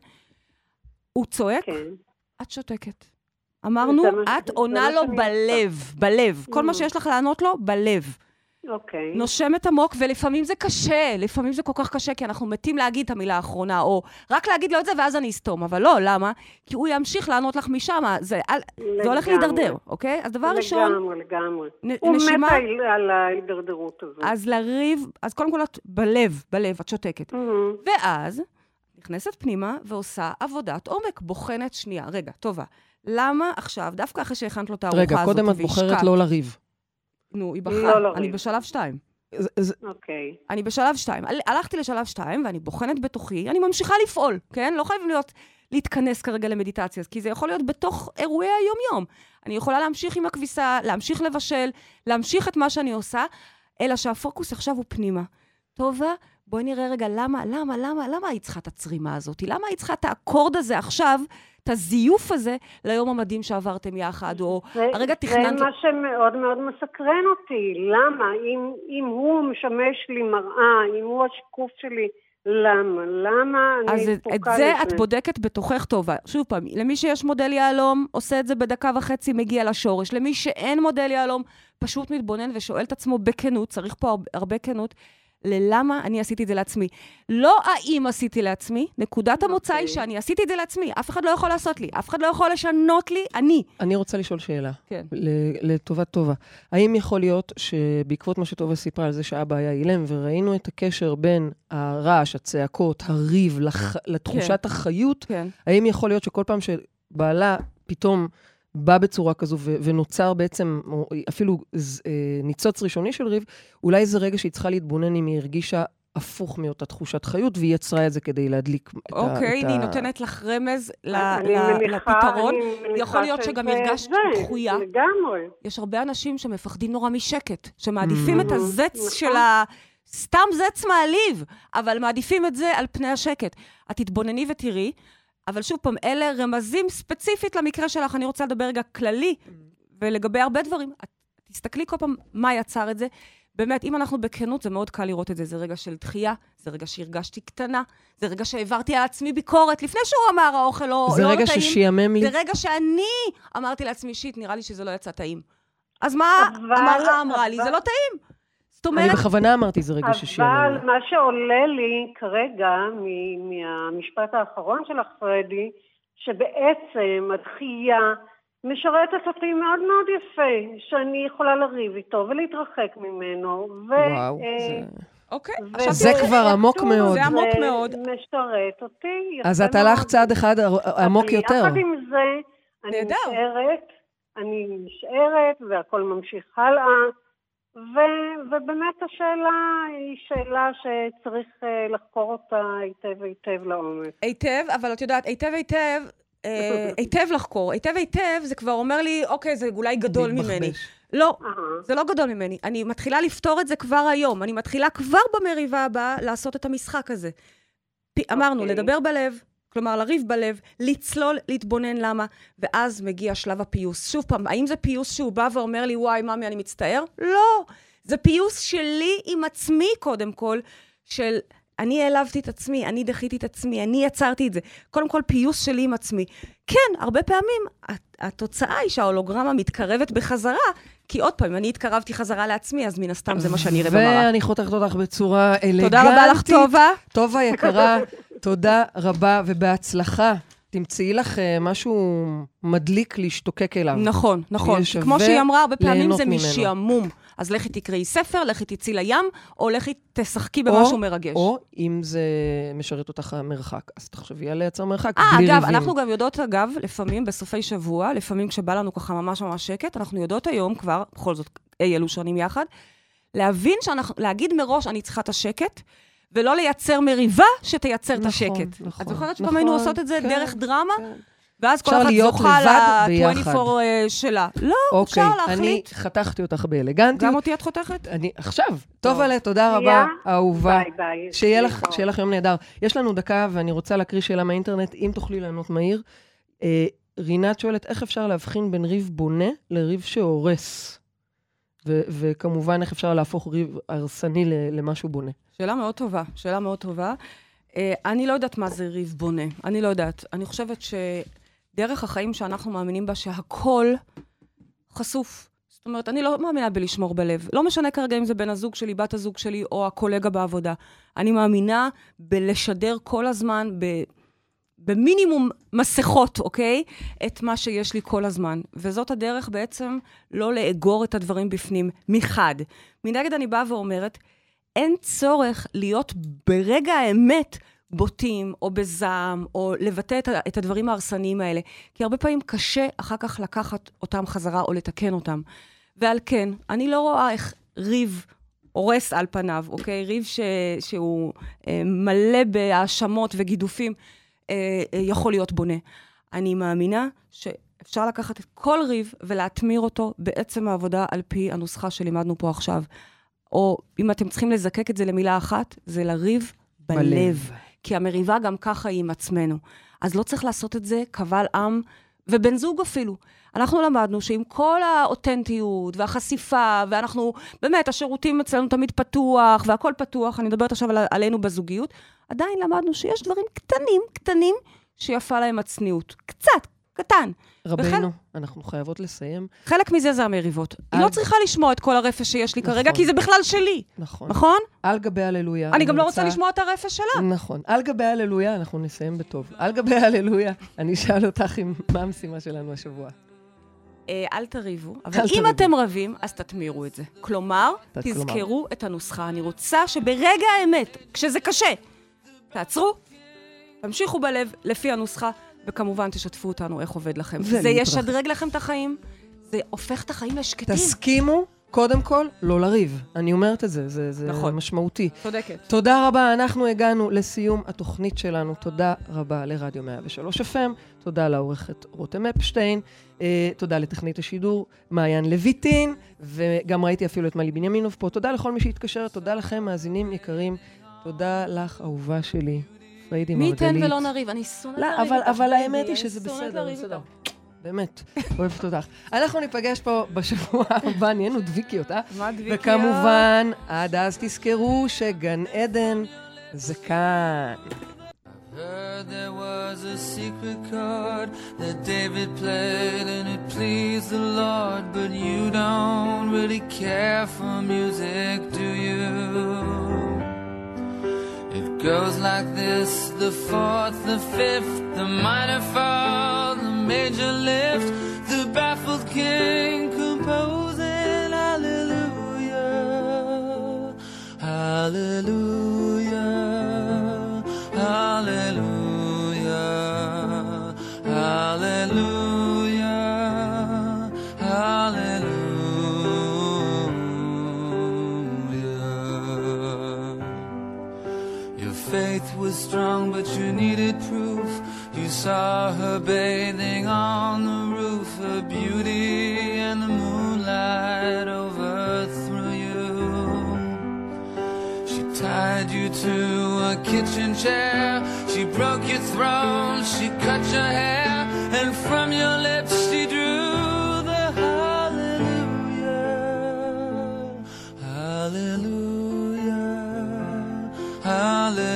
D: הוא צועק, את שותקת. אמרנו, את עונה לו בלב, בלב. כל מה שיש לך לענות לו, בלב.
F: אוקיי.
D: נושמת עמוק, ולפעמים זה קשה, לפעמים זה כל כך קשה, כי אנחנו מתים להגיד את המילה האחרונה, או רק להגיד לו את זה, ואז אני אסתום, אבל לא, למה? כי הוא ימשיך לענות לך משם, זה, זה הולך להידרדר, אוקיי? אז דבר ראשון...
F: לגמרי, לגמרי.
D: נ,
F: הוא
D: נשימה,
F: מת על ההידרדרות הזו.
D: אז לריב, אז קודם כל את בלב, בלב, את שותקת.
F: Mm-hmm.
D: ואז, נכנסת פנימה, ועושה עבודת עומק, בוחנת שנייה. רגע, טובה. למה עכשיו, דווקא אחרי שהכנת לו את הארוחה הזאת,
C: רגע, קודם את בוחרת לא לריב.
D: נו, היא בחרה, לא אני בשלב שתיים.
F: אוקיי.
D: אני בשלב שתיים. הלכתי לשלב שתיים, ואני בוחנת בתוכי, אני ממשיכה לפעול, כן? לא חייבים להיות, להתכנס כרגע למדיטציה, כי זה יכול להיות בתוך אירועי היום-יום. אני יכולה להמשיך עם הכביסה, להמשיך לבשל, להמשיך את מה שאני עושה, אלא שהפוקוס עכשיו הוא פנימה. טובה, בואי נראה רגע, למה, למה, למה, למה היא צריכה את הצרימה הזאת? למה היא צריכה את האקורד הזה עכשיו, את הזיוף הזה, ליום המדהים שעברתם יחד, או הרגע תכננת...
F: זה מה שמאוד מאוד מסקרן אותי. למה? אם, אם הוא משמש לי מראה, אם הוא השיקוף שלי, למה? למה
D: אני
F: פוקה לזה?
D: אז את זה את בודקת בתוכך טובה. שוב פעם, למי שיש מודל יעלום, עושה את זה בדקה וחצי, מגיע לשורש. למי שאין מודל יעלום, פשוט מתבונן ושואל את עצמו בכנות, צריך פה הרבה כנות, ללמה אני עשיתי את זה לעצמי. לא האם עשיתי לעצמי, נקודת המוצא היא שאני עשיתי את זה לעצמי. אף אחד לא יכול לעשות לי, אף אחד לא יכול לשנות לי, אני.
C: אני רוצה לשאול שאלה.
D: כן.
C: לטובת טובה. האם יכול להיות שבעקבות מה שטובה סיפרה על זה שאבא היה אילם, וראינו את הקשר בין הרעש, הצעקות, הריב, לתחושת החיות, האם יכול להיות שכל פעם שבעלה פתאום בא בצורה כזו, ו- ונוצר בעצם, או אפילו אה, ניצוץ ראשוני של ריב, אולי זה רגע שהיא צריכה להתבונן אם היא הרגישה הפוך מאותה תחושת חיות, והיא יצרה את זה כדי להדליק את ה...
D: אוקיי, אני נותנת לך רמז לפתרון. יכול להיות שגם הרגשת דחויה.
F: לגמרי.
D: יש הרבה אנשים שמפחדים נורא משקט, שמעדיפים את הזץ של ה... סתם זץ מעליב, אבל מעדיפים את זה על פני השקט. את תתבונני ותראי, אבל שוב פעם, אלה רמזים ספציפית למקרה שלך, אני רוצה לדבר רגע כללי, ולגבי הרבה דברים, את תסתכלי כל פעם מה יצר את זה. באמת, אם אנחנו בכנות, זה מאוד קל לראות את זה. זה רגע של דחייה, זה רגע שהרגשתי קטנה, זה רגע שהעברתי על עצמי ביקורת, לפני שהוא אמר, האוכל לא טעים.
C: זה רגע ששיאמם לי.
D: זה רגע שאני אמרתי לעצמי, שיט, נראה לי שזה לא יצא טעים. אז מה המראה אמרה לי? זה לא טעים.
C: אני בכוונה אמרתי, זה רגע ששיאמם לי.
F: אבל מה שעולה לי כרגע, מהמשפט האחרון שלך, פרדי, שבעצם הדחייה משרתת אותי מאוד מאוד יפה, שאני יכולה לריב איתו ולהתרחק ממנו.
C: וואו, זה...
D: אוקיי.
C: זה כבר עמוק מאוד.
D: זה עמוק מאוד.
F: משרת אותי.
C: אז את הלך צעד אחד עמוק יותר.
F: יחד עם זה, אני נשארת, אני נשארת, והכל ממשיך הלאה. ו- ובאמת השאלה היא שאלה שצריך uh, לחקור אותה היטב היטב לעומק.
D: היטב, אבל את יודעת, היטב היטב, אה, היטב לחקור. היטב היטב זה כבר אומר לי, אוקיי, זה אולי גדול ממני. לא, זה לא גדול ממני. אני מתחילה לפתור את זה כבר היום. אני מתחילה כבר במריבה הבאה לעשות את המשחק הזה. פ- אמרנו, לדבר בלב, כלומר, לריב בלב, לצלול, להתבונן למה, ואז מגיע שלב הפיוס. שוב פעם, האם זה פיוס שהוא בא ואומר לי, וואי, ממי, אני מצטער? לא. זה פיוס שלי עם עצמי, קודם כל, של אני העלבתי את עצמי, אני דחיתי את עצמי, אני יצרתי את זה. קודם כל, פיוס שלי עם עצמי. כן, הרבה פעמים התוצאה היא שההולוגרמה מתקרבת בחזרה, כי עוד פעם, אני התקרבתי חזרה לעצמי, אז מן הסתם זה מה שאני אראה במראה.
C: ואני חותכת אותך בצורה אלגנטית.
D: תודה רבה לך, טובה.
C: טובה יקרה, תודה רבה ובהצלחה. תמצאי לך משהו מדליק להשתוקק אליו.
D: נכון, נכון. כמו שהיא אמרה, הרבה פעמים זה משעמום. אז לכי תקראי ספר, לכי תצאי לים, או לכי תשחקי במשהו מרגש.
C: או אם זה משרת אותך המרחק, אז תחשבי על לייצר מרחק, בלי ריבים.
D: אגב, אנחנו גם יודעות, אגב, לפעמים בסופי שבוע, לפעמים כשבא לנו ככה ממש ממש שקט, אנחנו יודעות היום כבר, בכל זאת, אי אלו שנים יחד, להבין שאנחנו, להגיד מראש, אני צריכה את השקט, ולא לייצר מריבה שתייצר את השקט. את זוכרת שפעם היינו עושות את זה דרך דרמה? ואז כל אחת זוכה ל-עשרים וארבע שלה. לא, אפשר להחליט.
C: אני חתכתי אותך באלגנטיות.
D: גם אותי את חותכת?
C: אני, עכשיו. טוב עליה, תודה רבה, אהובה.
F: ביי ביי.
C: שיהיה לך יום נהדר. יש לנו דקה, ואני רוצה להקריא שאלה מהאינטרנט, אם תוכלי לענות מהיר. רינת שואלת, איך אפשר להבחין בין ריב בונה לריב שהורס? וכמובן, איך אפשר להפוך ריב הרסני למשהו בונה?
D: שאלה מאוד טובה, שאלה מאוד טובה. אני לא יודעת מה זה ריב בונה. אני לא יודעת. אני חושבת ש... דרך החיים שאנחנו מאמינים בה שהכל חשוף. זאת אומרת, אני לא מאמינה בלשמור בלב. לא משנה כרגע אם זה בן הזוג שלי, בת הזוג שלי, או הקולגה בעבודה. אני מאמינה בלשדר כל הזמן, ב, במינימום מסכות, אוקיי? את מה שיש לי כל הזמן. וזאת הדרך בעצם לא לאגור את הדברים בפנים מחד. מנגד אני באה ואומרת, אין צורך להיות ברגע האמת בוטים או בזעם, או לבטא את, את הדברים ההרסניים האלה. כי הרבה פעמים קשה אחר כך לקחת אותם חזרה או לתקן אותם. ועל כן, אני לא רואה איך ריב הורס על פניו, אוקיי? ריב ש, שהוא אה, מלא בהאשמות וגידופים, אה, אה, יכול להיות בונה. אני מאמינה שאפשר לקחת את כל ריב ולהתמיר אותו בעצם העבודה על פי הנוסחה שלימדנו פה עכשיו. או אם אתם צריכים לזקק את זה למילה אחת, זה לריב בלב. בלב. כי המריבה גם ככה היא עם עצמנו. אז לא צריך לעשות את זה קבל עם, ובן זוג אפילו. אנחנו למדנו שעם כל האותנטיות והחשיפה, ואנחנו, באמת, השירותים אצלנו תמיד פתוח, והכל פתוח, אני מדברת עכשיו על, עלינו בזוגיות, עדיין למדנו שיש דברים קטנים, קטנים, שיפה להם הצניעות. קצת, קטן.
C: רבנו,
D: וחל...
C: אנחנו חייבות לסיים.
D: חלק מזה זה המריבות. היא לא צריכה לשמוע את כל הרפש שיש לי
C: נכון.
D: כרגע, כי זה בכלל שלי.
C: נכון.
D: נכון?
C: על גבי הללויה.
D: אני גם לא רוצה לשמוע את הרפש שלה.
C: נכון. על גבי הללויה, אנחנו נסיים בטוב. על גבי הללויה, אני אשאל אותך מה המשימה שלנו השבוע.
D: אל תריבו, אבל אם אתם רבים, אז תתמירו את זה. כלומר, תזכרו את הנוסחה. אני רוצה שברגע האמת, כשזה קשה, תעצרו, תמשיכו בלב לפי הנוסחה, וכמובן תשתפו אותנו איך עובד לכם. זה ישדרג לכם את החיים, זה הופך את החיים לשקטים.
C: תסכימו, קודם כל, לא לריב. אני אומרת את זה, זה, זה
D: נכון.
C: משמעותי.
D: צודקת.
C: תודה רבה, אנחנו הגענו לסיום התוכנית שלנו. תודה רבה לרדיו מאה ושלוש אף אם, תודה לעורכת רותם אפשטיין, אה, תודה לטכנית השידור מעיין לויטין, וגם ראיתי אפילו את מלי בנימינוב פה. תודה לכל מי שהתקשר, תודה לכם, מאזינים יקרים. תודה לך, אהובה שלי. פריידי מרגלית.
D: מי ייתן ולא נריב, אני שונאת
C: לא,
D: לריב.
C: אבל, אבל האמת היא שזה בסדר, בסדר. באמת, אוהבת אותך. אנחנו ניפגש פה בשבוע הבא, נהיינו דביקיות, אה?
D: מה דביקיות?
C: וכמובן, עד אז תזכרו שגן עדן זה כאן.
G: Heard there was a secret chord that David played and it pleased the Lord, but you don't really care for music, do you? It goes like this, the fourth, the fifth, the minor fall, the major lift, the baffled king composing hallelujah, hallelujah, hallelujah, hallelujah, hallelujah. Your faith was strong, but you needed proof. You saw her bathing on the roof, her beauty and the moonlight overthrew you. She tied you to a kitchen chair, she broke your throne, she cut your hair, and from your lips she drew the hallelujah, hallelujah, hallelujah.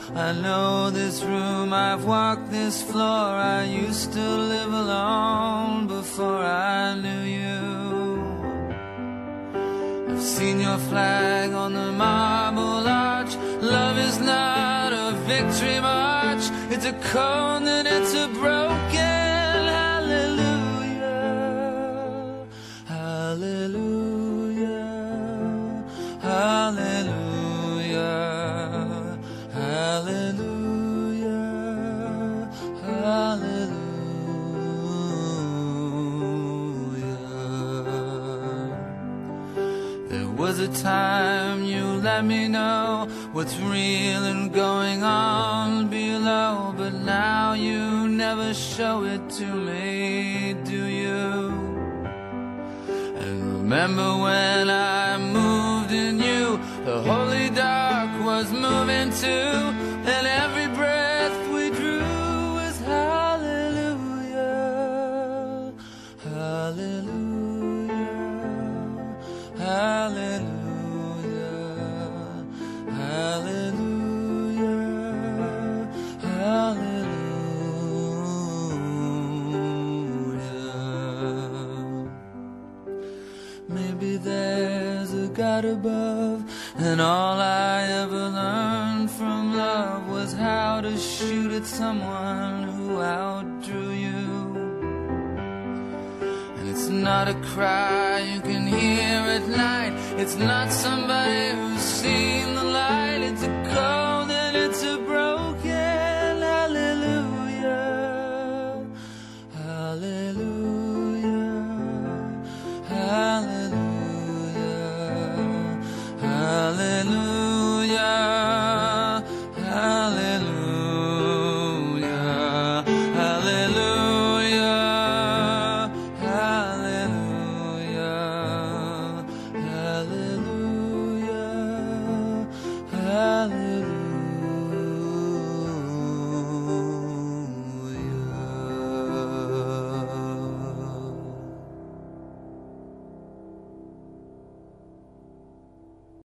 G: I know this room, I've walked this floor. I used to live alone before I knew you. I've seen your flag on the marble arch. Love is not a victory march. It's a cold and it's a broken hallelujah. Hallelujah. Hallelujah. Hallelujah. Hallelujah. There was a time you let me know what's real and going on below, but now you never show it to me, do you? And remember when I moved in you, the holy dark was moving too, and every breath we drew was hallelujah, hallelujah, hallelujah. Hallelujah, hallelujah. Maybe there's a God above, and all I ever learned from love was how to shoot at someone who outdrew you. And it's not a cry you can hear at night. It's not somebody who's seen the light. It's a